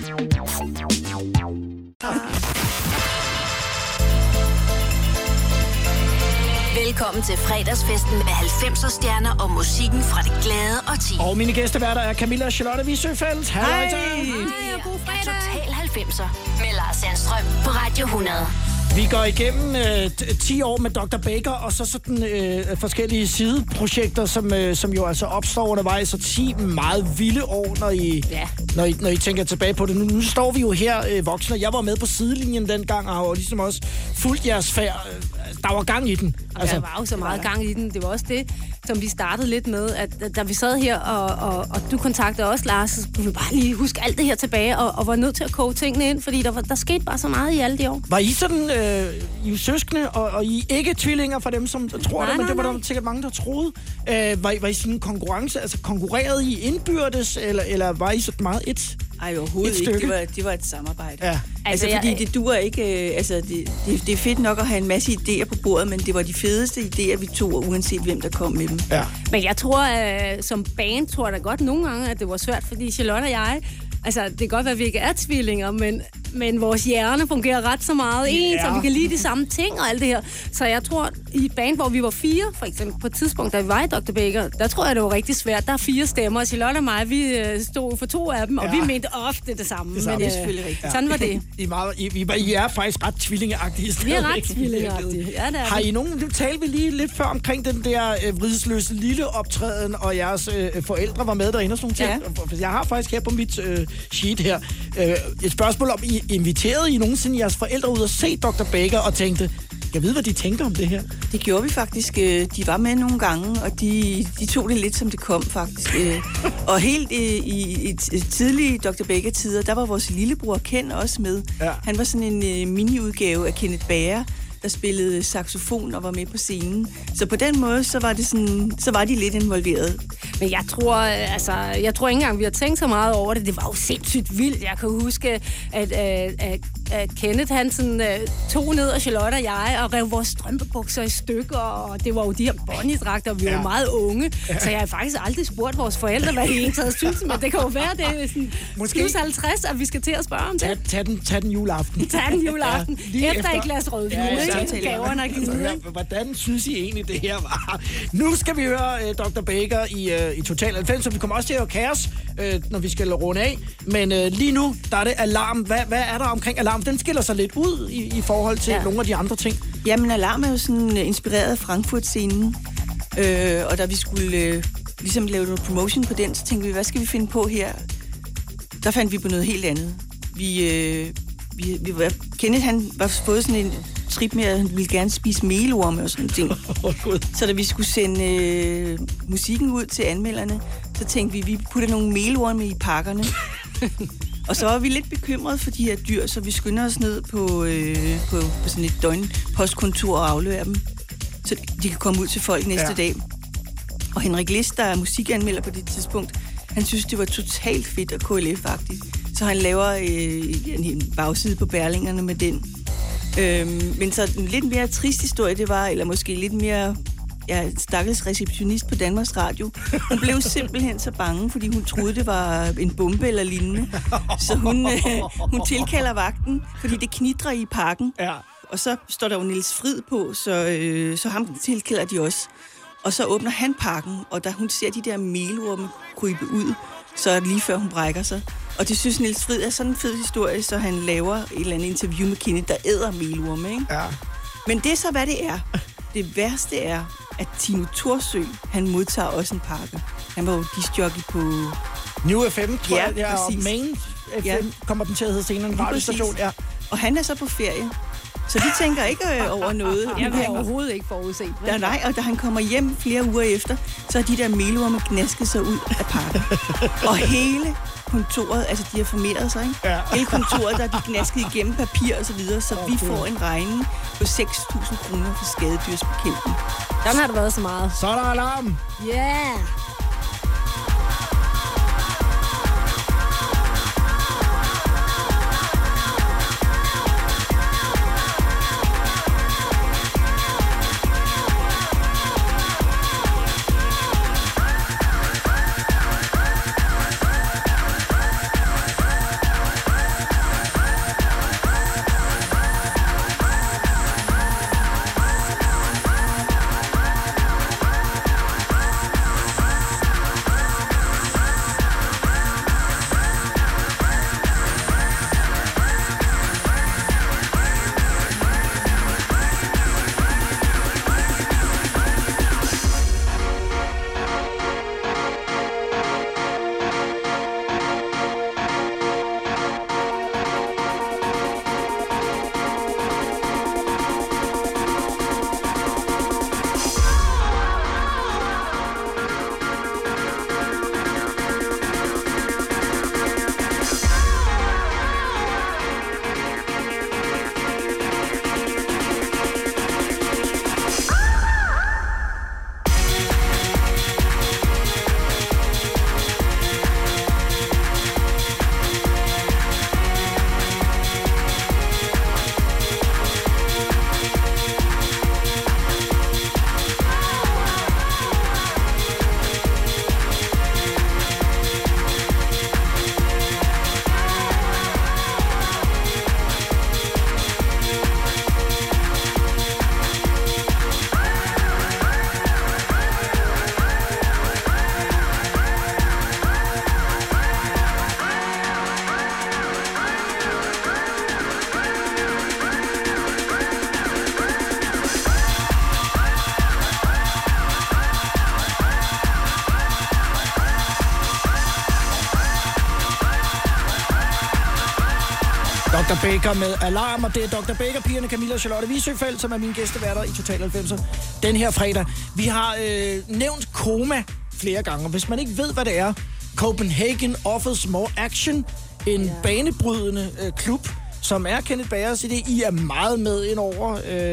Velkommen til fredagsfesten med 90'er stjerner og musikken fra det glade årti. Og mine gæsteværter er Camilla og Charlotte Wiesøfeldt. Hej og god fredag. Total 90'er med Lars Sandstrøm på Radio 100. Vi går igennem 10 år med Dr. Baker, og så sådan forskellige sideprojekter, som jo altså opstår undervejs, så 10 meget vilde år, når I tænker tilbage på det. Nu står vi jo her voksne. Jeg var med på sidelinjen dengang, og har ligesom også fulgt jeres færd. Der var gang i den. Altså, der var jo så meget gang i den. Det var også det, som vi startede lidt med, at da vi sad her, og du kontaktede os, Lars, så kunne vi bare lige huske alt det her tilbage, og var nødt til at koge tingene ind, fordi der skete bare så meget i alle de år. Var I sådan, I er søskende, og I er ikke tvillinger for dem, som tror det, men det var der sikkert mange, der troede. Var I sådan en konkurrence, altså konkurrerede I indbyrdes, eller var I sådan meget et? Ej, overhovedet ikke. Det var et samarbejde. Ja. Altså, fordi det duer ikke... det er fedt nok at have en masse idéer på bordet, men det var de fedeste idéer, vi tog, uanset hvem der kom med dem. Ja. Men jeg tror, som band, tror jeg da godt nogle gange, at det var svært, fordi Charlotte og jeg... Altså, det kan godt være, at vi ikke er tvillinger, men vores hjerne fungerer ret så meget ens, og vi kan lide de samme ting og alt det her. Så jeg tror, i et band, hvor vi var 4, for eksempel på et tidspunkt, da vi var i Dr. Baker, der tror jeg, det var rigtig svært. Der er 4 stemmer, og Charlotte og mig, vi stod for 2 af dem, og vi mente ofte det samme. Det er selvfølgelig rigtigt. Sådan var det. I er faktisk ret tvillingeagtige. Vi er ret tvillingeagtige, ja, det er Har I nogen... Nu talte vi lige lidt før omkring den der vridsløse lille optræden, og jeres forældre var med derinde og sådan noget. Ja. Jeg har faktisk her på mit sheet her et spørgsmål om, inviterede I nogensinde jeres forældre ud og se Dr. Baker og tænkte, jeg ved, hvad de tænker om det her? Det gjorde vi faktisk. De var med nogle gange, og de tog det lidt, som det kom, faktisk. Og helt i tidlige Dr. Baker-tider, der var vores lillebror Ken også med. Ja. Han var sådan en mini-udgave af Kenneth Bager, der spillede saxofon og var med på scenen. Så på den måde, så var de lidt involveret. Men jeg tror ikke engang, vi har tænkt så meget over det. Det var jo sindssygt vildt. Jeg kan huske, at Kenneth, han sådan, tog ned, og Charlotte og jeg, og rev vores strømpebukser i stykker, og det var jo de her Bonnie-dragter, og vi var meget unge, så jeg har faktisk aldrig spurgt vores forældre, hvad de egentlig synes, men det kan jo være, det er sådan plus 50, at vi skal til at spørge om det. Tag den juleaften. Tag den juleaften. Ja, efter et glas rødvin, gaverne er givet. Hvordan synes I egentlig, det her var? Nu skal vi høre Dr. Baker i Total 90, så vi kommer også til at høre Kaos, når vi skal runde af. Men lige nu, der er det Alarm. Hvad er der omkring Alarm? Den skiller sig lidt ud i forhold til nogle af de andre ting. Jamen, Alarm er jo sådan inspireret af Frankfurt-scenen. Og da vi skulle ligesom lave noget promotion på den, så tænkte vi, hvad skal vi finde på her? Der fandt vi på noget helt andet. Kenneth, han var fået sådan en trip med, at han ville gerne spise melorme og sådan ting. Så da vi skulle sende musikken ud til anmelderne, så tænkte vi putter nogle melorme i pakkerne. Og så var vi lidt bekymrede for de her dyr, så vi skynder os ned på sådan et døgnpostkontor og afleverer dem, så de kan komme ud til folk næste dag. Og Henrik List, der er musikanmelder på det tidspunkt, han synes, det var totalt fedt og KLF-agtigt. Så han laver en bagside på Berlingerne med den. Men så en lidt mere trist historie, det var, eller måske lidt mere stakkels receptionist på Danmarks Radio. Hun blev simpelthen så bange, fordi hun troede, det var en bombe eller lignende. Så hun tilkalder vagten, fordi det knitrer i pakken. Ja. Og så står der jo Niels Frid på, så ham tilkalder de også. Og så åbner han pakken, og da hun ser de der melorme krybe ud, så er det lige før hun brækker sig. Og det synes Niels Frid er sådan en fed historie, så han laver et eller andet interview med Kenneth, der æder melorme, ikke? Ja. Men det er så, hvad det er. Det værste er, at Tino Thorsø, han modtager også en pakke. Han var jo discjockey på New FM, tror jeg. Ja, og Main FM kommer den til at hedde senere, en radiostation. Ja. Og han er så på ferie. Så de tænker ikke over noget. Jeg kan overhovedet ikke forudse. Nej, og da han kommer hjem flere uger efter, så er de der melorme knasket sig ud af pakken. Og hele kontoret, altså de har formeret sig, ikke? Ja. Hele kontoret, der er de knasket igennem papir og så videre, så vi får en regning på 6.000 kroner for skadedyrsbekæmpning. Den har det været så meget. Så er der Alarm! Yeah! Dr. Baker med Alarm, og det er Dr. Baker, pigerne Camilla og Charlotte Wiesøfeldt, som er mine gæsteværter i Total 90'er den her fredag. Vi har nævnt Koma flere gange, og hvis man ikke ved, hvad det er, Copenhagen Offers More Action, en banebrydende klub, som er Kenneth Bagers idé. I er meget med ind over,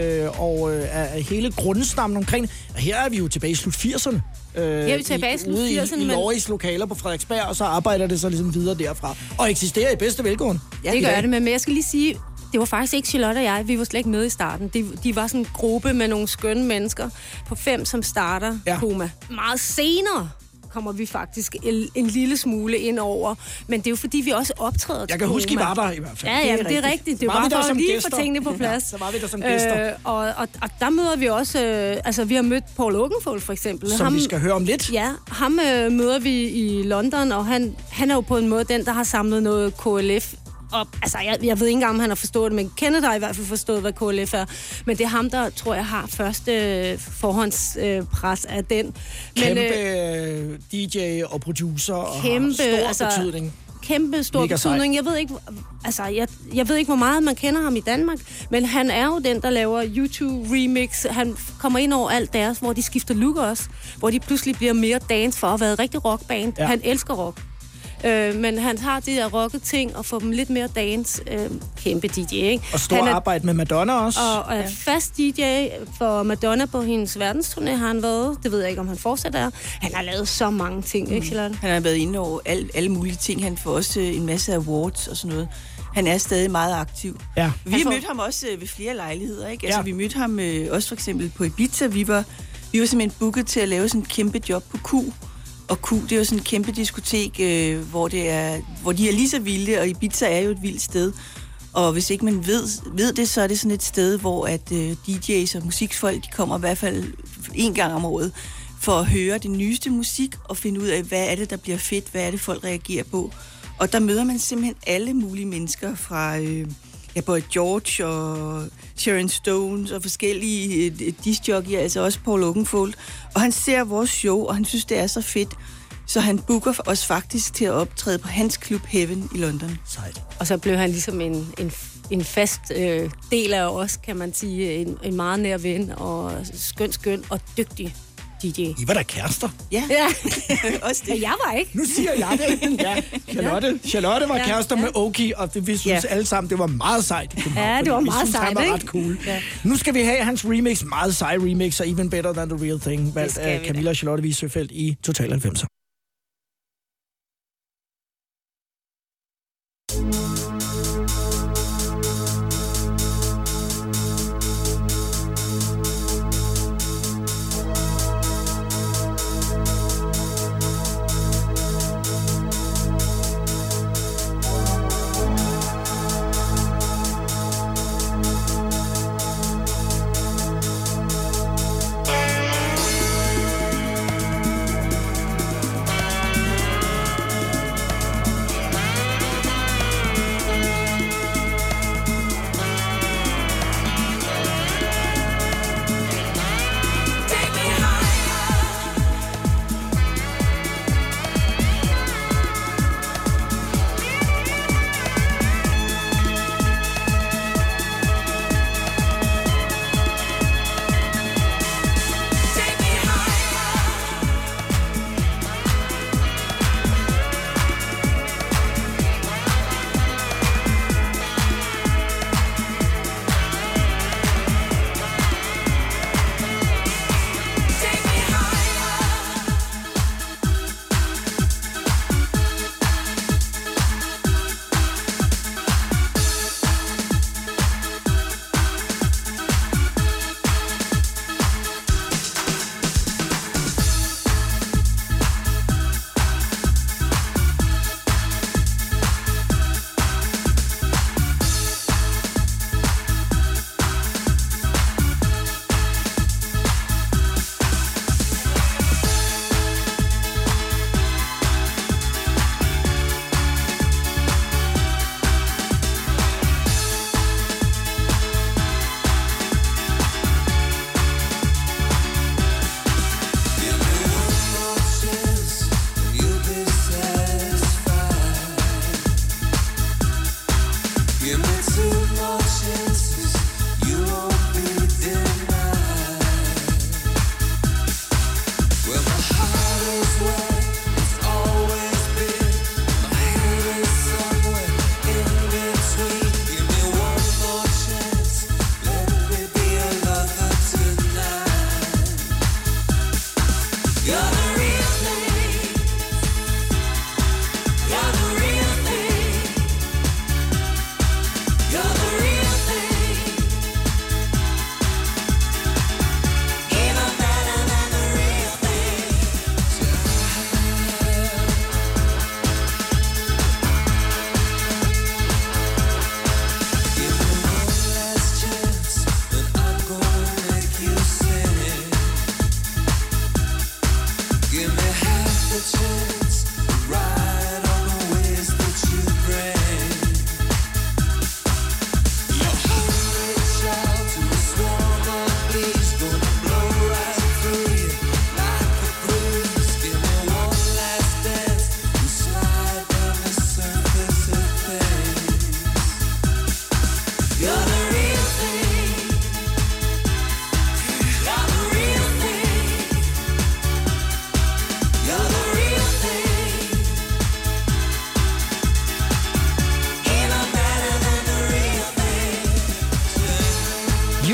og er hele grundstammen omkring. Og her er vi jo tilbage i slut 80'erne. Her er vi tilbage i slut 80'erne. I Norges lokaler på Frederiksberg, og så arbejder det så ligesom videre derfra. Og eksisterer i bedste velgående. Ja, det gør det, men jeg skal lige sige, det var faktisk ikke Charlotte og jeg. Vi var slet ikke med i starten. De var sådan en gruppe med nogle skønne mennesker på 5, som starter Koma. Meget senere kommer vi faktisk en lille smule ind over. Men det er jo fordi, vi også optræder til Jeg kan huske, I var der i hvert fald. Ja, det er rigtigt. Det er bare for at lige få tingene på plads. Så var vi der som gæster. Og der møder vi også... altså, vi har mødt Paul Oakenfold, for eksempel. Som vi skal høre om lidt. Ja, ham møder vi i London, og han er jo på en måde den, der har samlet noget KLF op. Altså, jeg ved ikke engang, om han har forstået det, men Kenneth har i hvert fald forstået, hvad KLF er. Men det er ham, der, tror jeg, har første forhåndspres af den. Kæmpe DJ og producer og har stor betydning. Kæmpe stor betydning. Jeg ved ikke, hvor meget man kender ham i Danmark, men han er jo den, der laver YouTube-remix. Han kommer ind over alt deres, hvor de skifter look også. Hvor de pludselig bliver mere dance for at være et rigtig rockband. Ja. Han elsker rock. Men han har de der rocket ting og får dem lidt mere dance. Kæmpe DJ, ikke? Og stor arbejde med Madonna også. Og er fast DJ for Madonna på hendes verdensturné har han været. Det ved jeg ikke, om han fortsætter. Han har lavet så mange ting, ikke, Charlotte? Han har været inde over alle mulige ting. Han får også en masse awards og sådan noget. Han er stadig meget aktiv. Ja. Vi har mødt ham også ved flere lejligheder, ikke? Altså, vi mødte ham også for eksempel på Ibiza. Vi var simpelthen booket til at lave sådan en kæmpe job på Q. Og Q, det er jo sådan et kæmpe diskotek, hvor de er lige så vilde, og Ibiza er jo et vildt sted. Og hvis ikke man ved det, så er det sådan et sted, hvor at DJ's og musikfolk, de kommer i hvert fald en gang om året, for at høre det nyeste musik, og finde ud af, hvad er det, der bliver fedt, hvad er det, folk reagerer på. Og der møder man simpelthen alle mulige mennesker fra Boy George og Sharon Stones og forskellige discjockeyer, altså også Paul Oakenfold. Og han ser vores show, og han synes, det er så fedt. Så han booker os faktisk til at optræde på hans klub Heaven i London. Sejt. Og så blev han ligesom en fast del af os, kan man sige. En meget nær ven og skøn og dygtig DJ. I var da kærester. Ja. Også det. Jeg var ikke. Nu siger jeg det. Ja. Charlotte var kærester med Oki, og vi synes alle sammen, det var meget sejt. Ja, det var meget sejt, ikke? Han var ret cool. Ja. Nu skal vi have hans remix, meget sej remix, og Even Better Than The Real Thing, valgt af Camilla og Charlotte Wiesøfeldt i Total 90'er. You're the real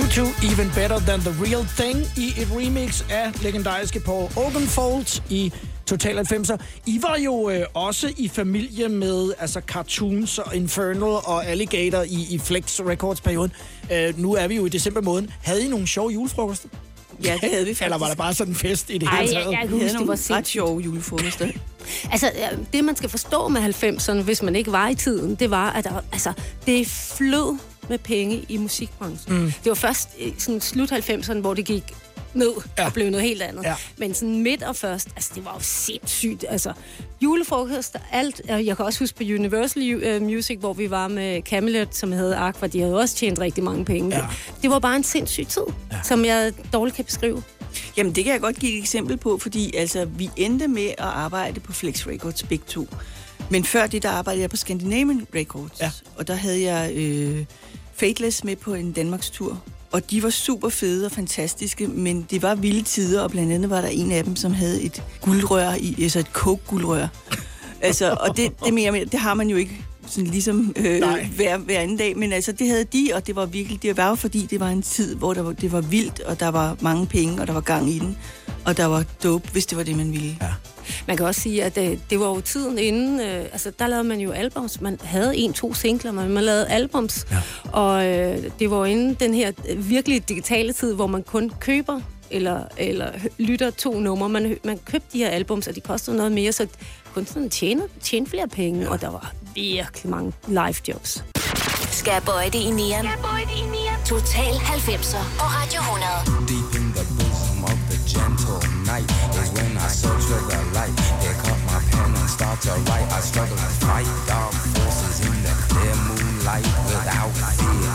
to Even Better Than The Real Thing i et remix af legendariske Paul Oakenfold i Total 90'er. I var jo også i familie med Cartoons og Infernal og Alligator i Flex Records-perioden. Nu er vi jo i december måned. Havde I nogle sjove julefrokoster? Ja, det havde vi faktisk. Eller var der bare sådan en fest i det hele taget? Vi havde nogle ret sjove julefrokoster. Altså, det man skal forstå med 90'erne, hvis man ikke var i tiden, det var, at det flød med penge i musikbranchen. Det var først sådan slut 90'erne, hvor det gik ned og blev noget helt andet. Ja. Men sådan midt og først, det var jo sindssygt. Julefrokoster, alt. Jeg kan også huske på Universal Music, hvor vi var med Camelot, som havde Aqua. De havde også tjent rigtig mange penge. Ja. Det var bare en sindssyg tid, som jeg dårligt kan beskrive. Jamen, det kan jeg godt give et eksempel på, fordi vi endte med at arbejde på Flex Records begge to. Men før det, der arbejdede jeg på Scandinavian Records. Ja. Og der havde jeg Fateless med på en Danmarks tur. Og de var super fede og fantastiske, men det var vilde tider, og blandt andet var der en af dem, som havde et guldrør et coke-guldrør. Og det har man jo ikke sådan ligesom hver anden dag, men det havde de, og det var jo fordi, det var en tid, hvor det var vildt, og der var mange penge, og der var gang i den, og der var dope, hvis det var det, man ville. Ja. Man kan også sige, at det var jo tiden inden, der lavede man jo albums. Man havde 1-2 singler, men man lavede albums. Ja. Og det var jo inden den her virkelig digitale tid, hvor man kun køber eller lytter 2 numre. Man købte de her albums, og de kostede noget mere, så kunstnerne tjente flere penge, og der var virkelig mange live jobs. Skal jeg bøje det i nieren? Total 90'er på Radio 100. Deep in the bosom of the gentle night is when I search for the light. Pick up my pen and start to write. I struggle to fight dark forces in the clear moonlight without fear.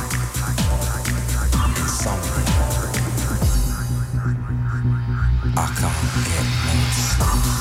Insomnia. I can't get no sleep.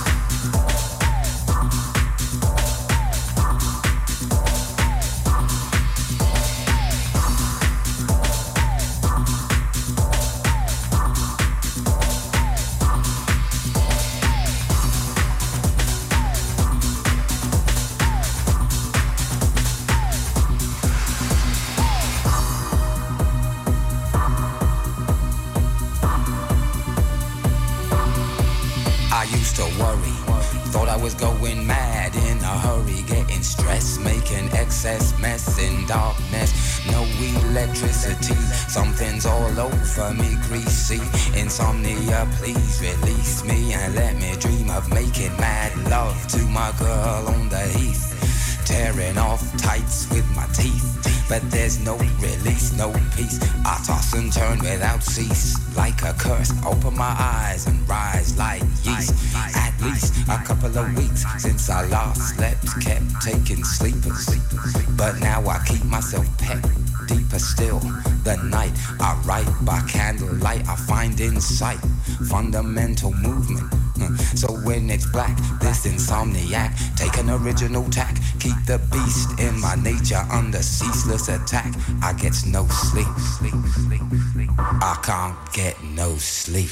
Thought I was going mad in a hurry, getting stressed, making excess mess in darkness. No electricity, something's all over me, greasy. Insomnia, please release me and let me dream of making mad love to my girl on the heath. Tearing off tights with my teeth, but there's no release, no peace. I toss and turn without cease, like a curse. Open my eyes and rise like yeast. At least a couple of weeks since I last slept, kept taking sleepers, but now I keep myself pecked. Deeper still, the night I write by candlelight, I find insight, fundamental movement. So when it's black, this insomniac, take an original tack, keep the beast in my nature under ceaseless attack. I get no sleep, I can't get no sleep.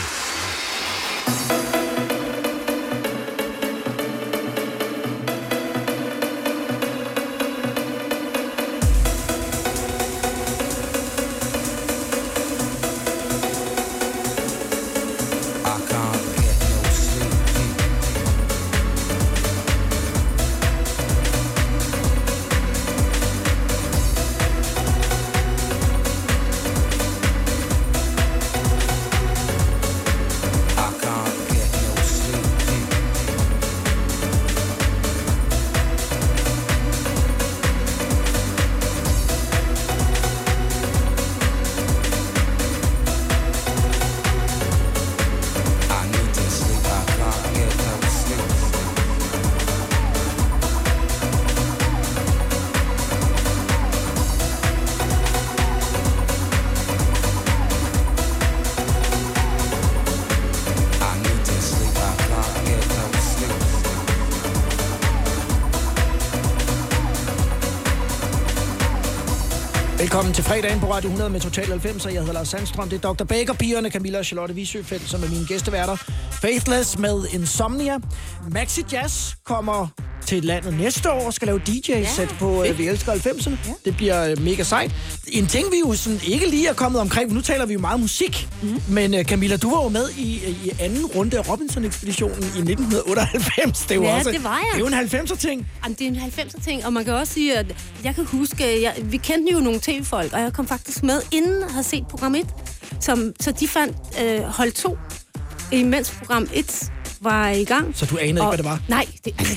Velkommen til fredagen på Radio 100 med Total 90'er. Jeg hedder Lars Sandstrøm. Det er Dr. Baker, pigerne Camilla og Charlotte Visøfeldt, som er mine gæsteværter. Faithless med Insomnia. Maxi Jazz kommer til landet næste år og skal lave DJ-sæt på Vi Elsker 90'erne. Ja. Det bliver mega sejt. En ting, vi jo sådan ikke lige er kommet omkring, for nu taler vi jo meget musik, men Camilla, du var jo med i anden runde af Robinson-ekspeditionen i 1998. Det er jo også, det var jeg. Det er jo en 90'er-ting. Jamen, det er en 90'er-ting, og man kan også sige, at jeg kan huske, vi kendte jo nogle tv-folk, og jeg kom faktisk med, inden jeg havde set program 1, så de fandt hold 2, imens program 1 var i gang. Så du anede ikke, hvad det var? Nej,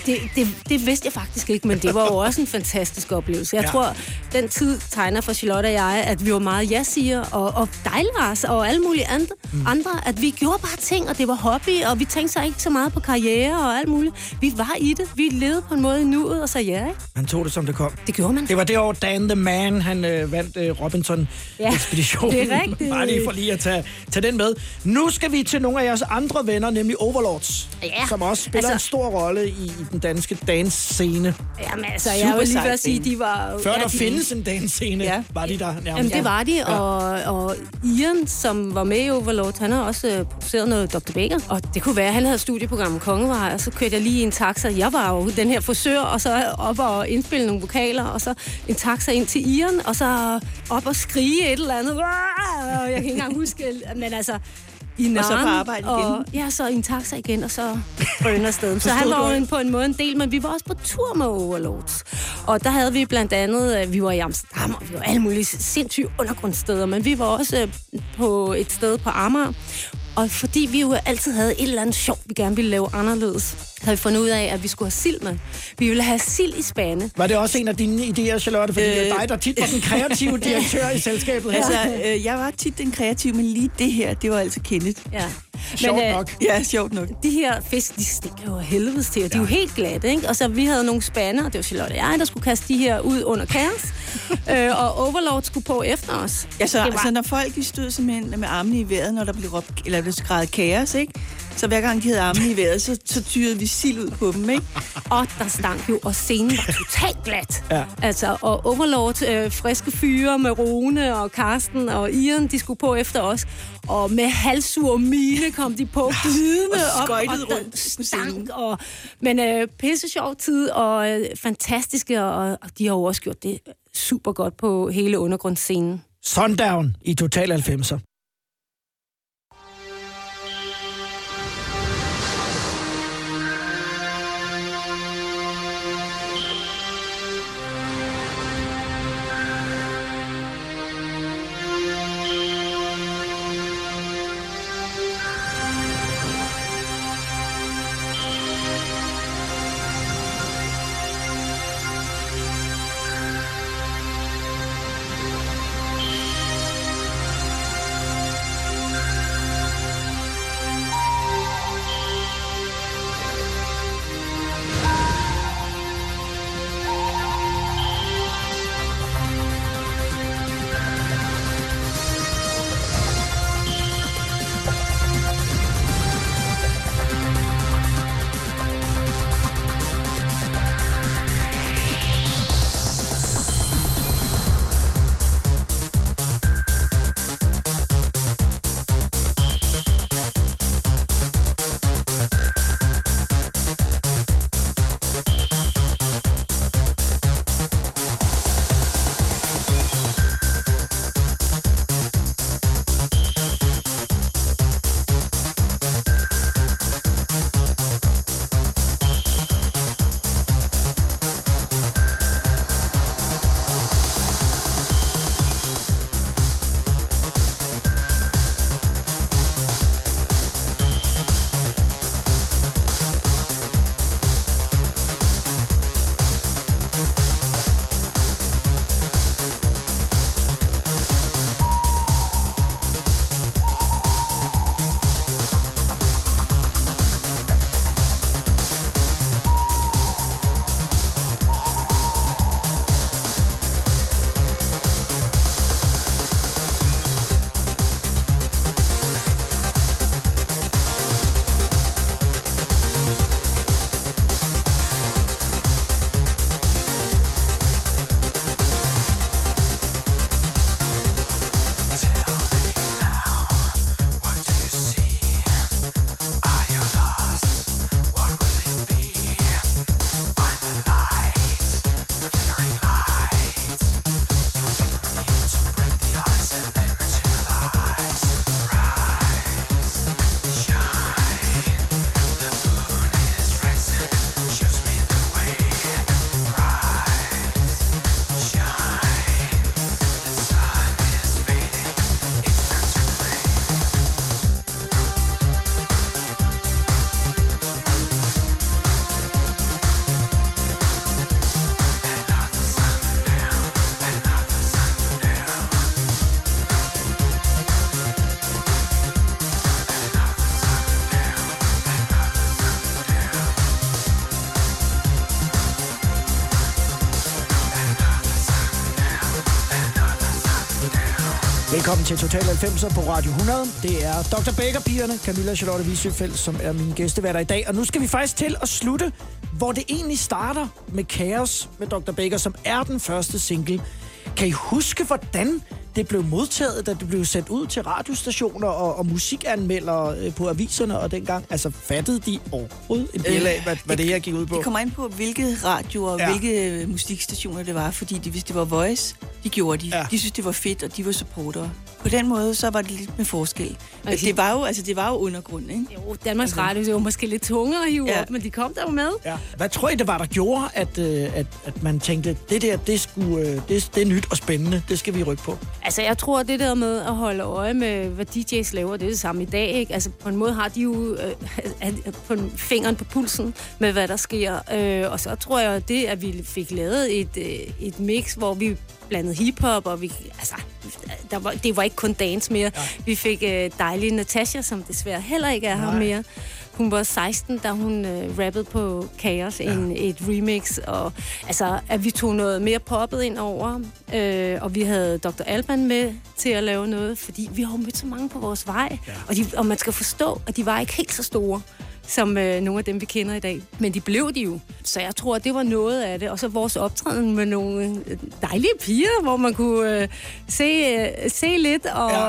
det vidste jeg faktisk ikke, men det var jo også en fantastisk oplevelse. Jeg tror, den tid tegner for Charlotte og jeg, at vi var meget ja-siger, og dejlers og alle mulige andre, at vi gjorde bare ting, og det var hobby, og vi tænkte så ikke så meget på karriere og alt muligt. Vi var i det. Vi levede på en måde i nuet og sagde ja, ikke? Han tog det, som det kom. Det gjorde man. Det var det år, Dan the Man, han vandt Robinson-ekspeditionen. Ja, det er rigtigt. Bare lige for lige at tage den med. Nu skal vi til nogle af jeres andre venner, nemlig Overlords. Ja, som også spiller en stor rolle i den danske dance-scene. Jamen altså, jeg vil lige at sige, de var... Før der findes en dance-scene, var de der nærmest. Jamen, det var de, og Ian, som var med i Overlord, han har også produceret noget Dr. Baker, og det kunne være, at han havde studieprogrammet Kongevej, og så kørte jeg lige i en taxa. Jeg var jo den her frisør, og så op og indspille nogle vokaler, og så en taxa ind til Ian, og så op og skrige et eller andet. Jeg kan ikke engang huske, men altså... Og så på arbejde igen. Og, ja, så i en taxa igen, og så drøner afsted. Så han var jo på en måde en del, men vi var også på tur med Overlords. Og der havde vi blandt andet, vi var i Amsterdam, og vi var alle mulige sindssyge undergrundssteder, men vi var også på et sted på Amager. Og fordi vi jo altid havde et eller andet sjov, vi gerne ville lave anderledes, havde vi fundet ud af, at vi skulle have sild med. Vi ville have sild i spande. Var det også en af dine idéer, Charlotte? Fordi det er dig, der tit var den kreative direktør i selskabet her. Altså, jeg var tit den kreative, men lige det her, det var altså kendet. Ja. Sjovt nok. Ja, sjovt nok. De her fisk, de stikker jo helvedes til, og de er jo helt glatte, ikke? Og så vi havde nogle spander, det var Charlotte og jeg, der skulle kaste de her ud under kaos, og Overlord skulle på efter os. Ja, så når folk de stod simpelthen med armene i vejret, når der blev råbt, eller blev skrevet kaos, ikke? Så hver gang de havde armene i vejret, så tyrede vi sild ud på dem, ikke? Og der stank jo, og scenen var totalt glat. Ja. Altså, og Overlord, friske fyre med Rune og Karsten og Ian, de skulle på efter os. Og med halvsur mine kom de på glidende op, og stank. Men pisse sjov tid, og fantastiske, og de har jo også gjort det super godt på hele undergrundsscenen. Sundown i Total 90'er. Velkommen til Total 90'er på Radio 100. Det er Dr. Baker-pigerne, Camilla og Charlotte Wiesøfeldt, som er mine gæsteværter i dag. Og nu skal vi faktisk til at slutte, hvor det egentlig starter med Kaos med Dr. Baker, som er den første single. Kan I huske, hvordan det blev modtaget, da det blev sendt ud til radiostationer og musikanmeldere på aviserne og dengang? Altså, fattede de overhovedet en del af, hvad det her gik ud på? Det kommer ind på, hvilke radioer og hvilke musikstationer det var, fordi hvis det var Voice, de gjorde de. De synes, det var fedt, og de var supportere. På den måde, så var det lidt med forskel. Det var jo undergrund, ikke? Jo, Danmarks Radio det var måske lidt tungere at hive op, men de kom der jo med. Ja. Hvad tror I, det var, der gjorde, at man tænkte, det der, det er nyt og spændende, det skal vi rykke på? Altså, jeg tror, det der med at holde øje med, hvad DJ's laver, det er det samme i dag, ikke? Altså, på en måde har de jo på fingeren på pulsen med, hvad der sker. Og så tror jeg, at vi fik lavet et mix, hvor vi blandede hiphop, og det var ikke kun dance mere. Ja. Vi fik dejlige Natasha, som desværre heller ikke er her mere. Hun var 16, da hun rappede på Kaos, et remix, og altså, at vi tog noget mere poppet ind over, og vi havde Dr. Alban med til at lave noget, fordi vi har mødt så mange på vores vej, og man skal forstå, at de var ikke helt så store som nogle af dem, vi kender i dag. Men de blev de jo. Så jeg tror, det var noget af det. Og så vores optræden med nogle dejlige piger, hvor man kunne se lidt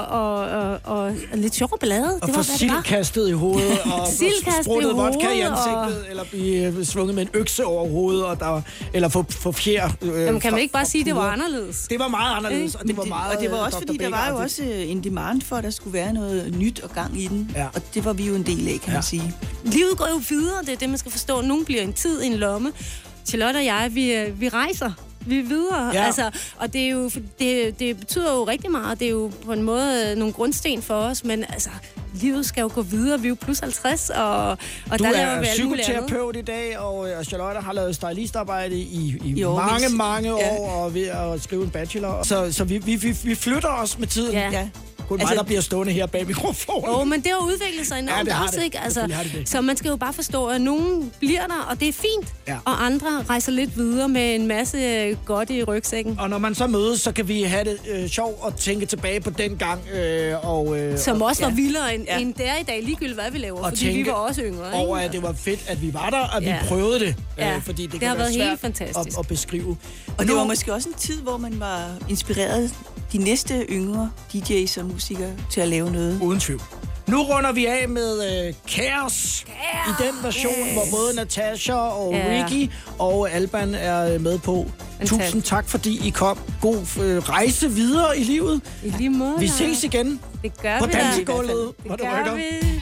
og lidt sjov ballade. Og få sildkastet i hovedet, og spruttet vodka i ansigtet, eller blive svunget med en økse over hovedet, eller få fjer. Jamen, kan man ikke bare sige, at det var anderledes? Det var meget anderledes, og det var meget... Og det var også, fordi der var jo også en demand for, at der skulle være noget nyt og gang i den. Ja. Og det var vi jo en del af, kan man sige. Livet går jo videre, det er det, man skal forstå. Nogen bliver en tid i en lomme. Charlotte og jeg, vi rejser. Vi er videre. Ja. Altså, og det, er jo, det betyder jo rigtig meget. Det er jo på en måde nogle grundsten for os, men altså, livet skal jo gå videre. Vi er jo plus 50, og der laver vi alt muligt andet. Du er psykoterapeut i dag, og Charlotte har lavet stylistarbejde i mange år, og ved at skrive en bachelor. Så vi flytter os med tiden. Ja. Kun mig, der bliver stående her bag mikrofonen. Men det har udviklet sig enormt også, ikke? Altså, så man skal jo bare forstå, at nogen bliver der, og det er fint, og andre rejser lidt videre med en masse godt i rygsækken. Og når man så mødes, så kan vi have det sjovt og tænke tilbage på den gang. Som også var vildere end der i dag, ligegyldigt hvad vi laver, og fordi vi var også yngre. Over at det var fedt, at vi var der, og vi prøvede det. Fordi det kan være svært at beskrive. Og det var måske også en tid, hvor man var inspireret de næste yngre DJ's og musikere til at lave noget. Uden tvivl. Nu runder vi af med Kaos i den version, hvor både Natasha og Ricky og Alban er med på. Tusind tak, fordi I kom. God rejse videre i livet. I lige måde. Vi ses igen på dansegulvet. Det gør vi.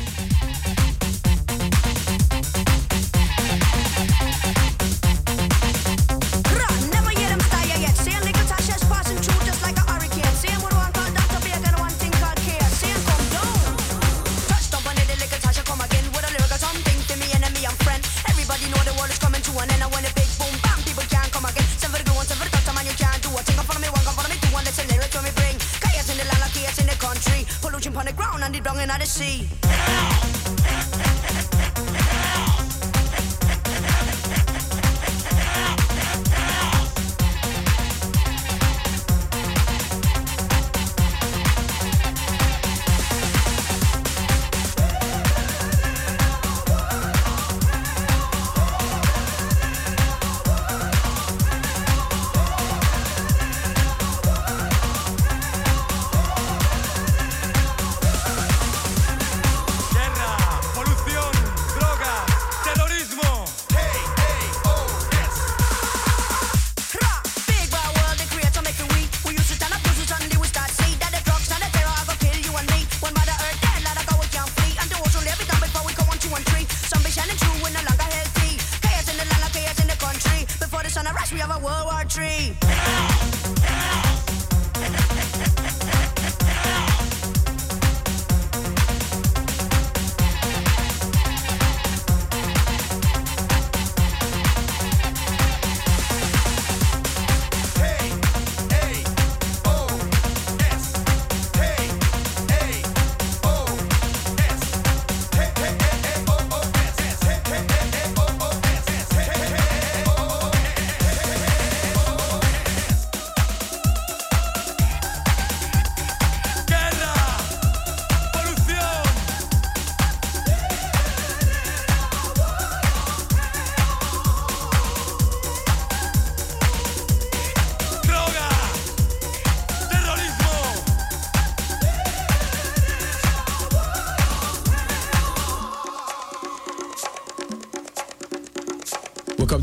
On the ground and the down in the sea.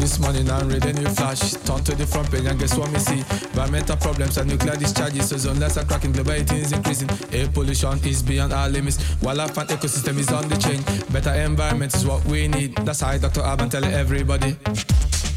this morning and read a new flash. Turn to the front page and guess what me see? Environmental problems and nuclear discharges. Ozone layers are cracking, global heating is increasing. Air pollution is beyond our limits. Wildlife and ecosystem is on the change. Better environment is what we need. That's how Dr. Alban tell everybody.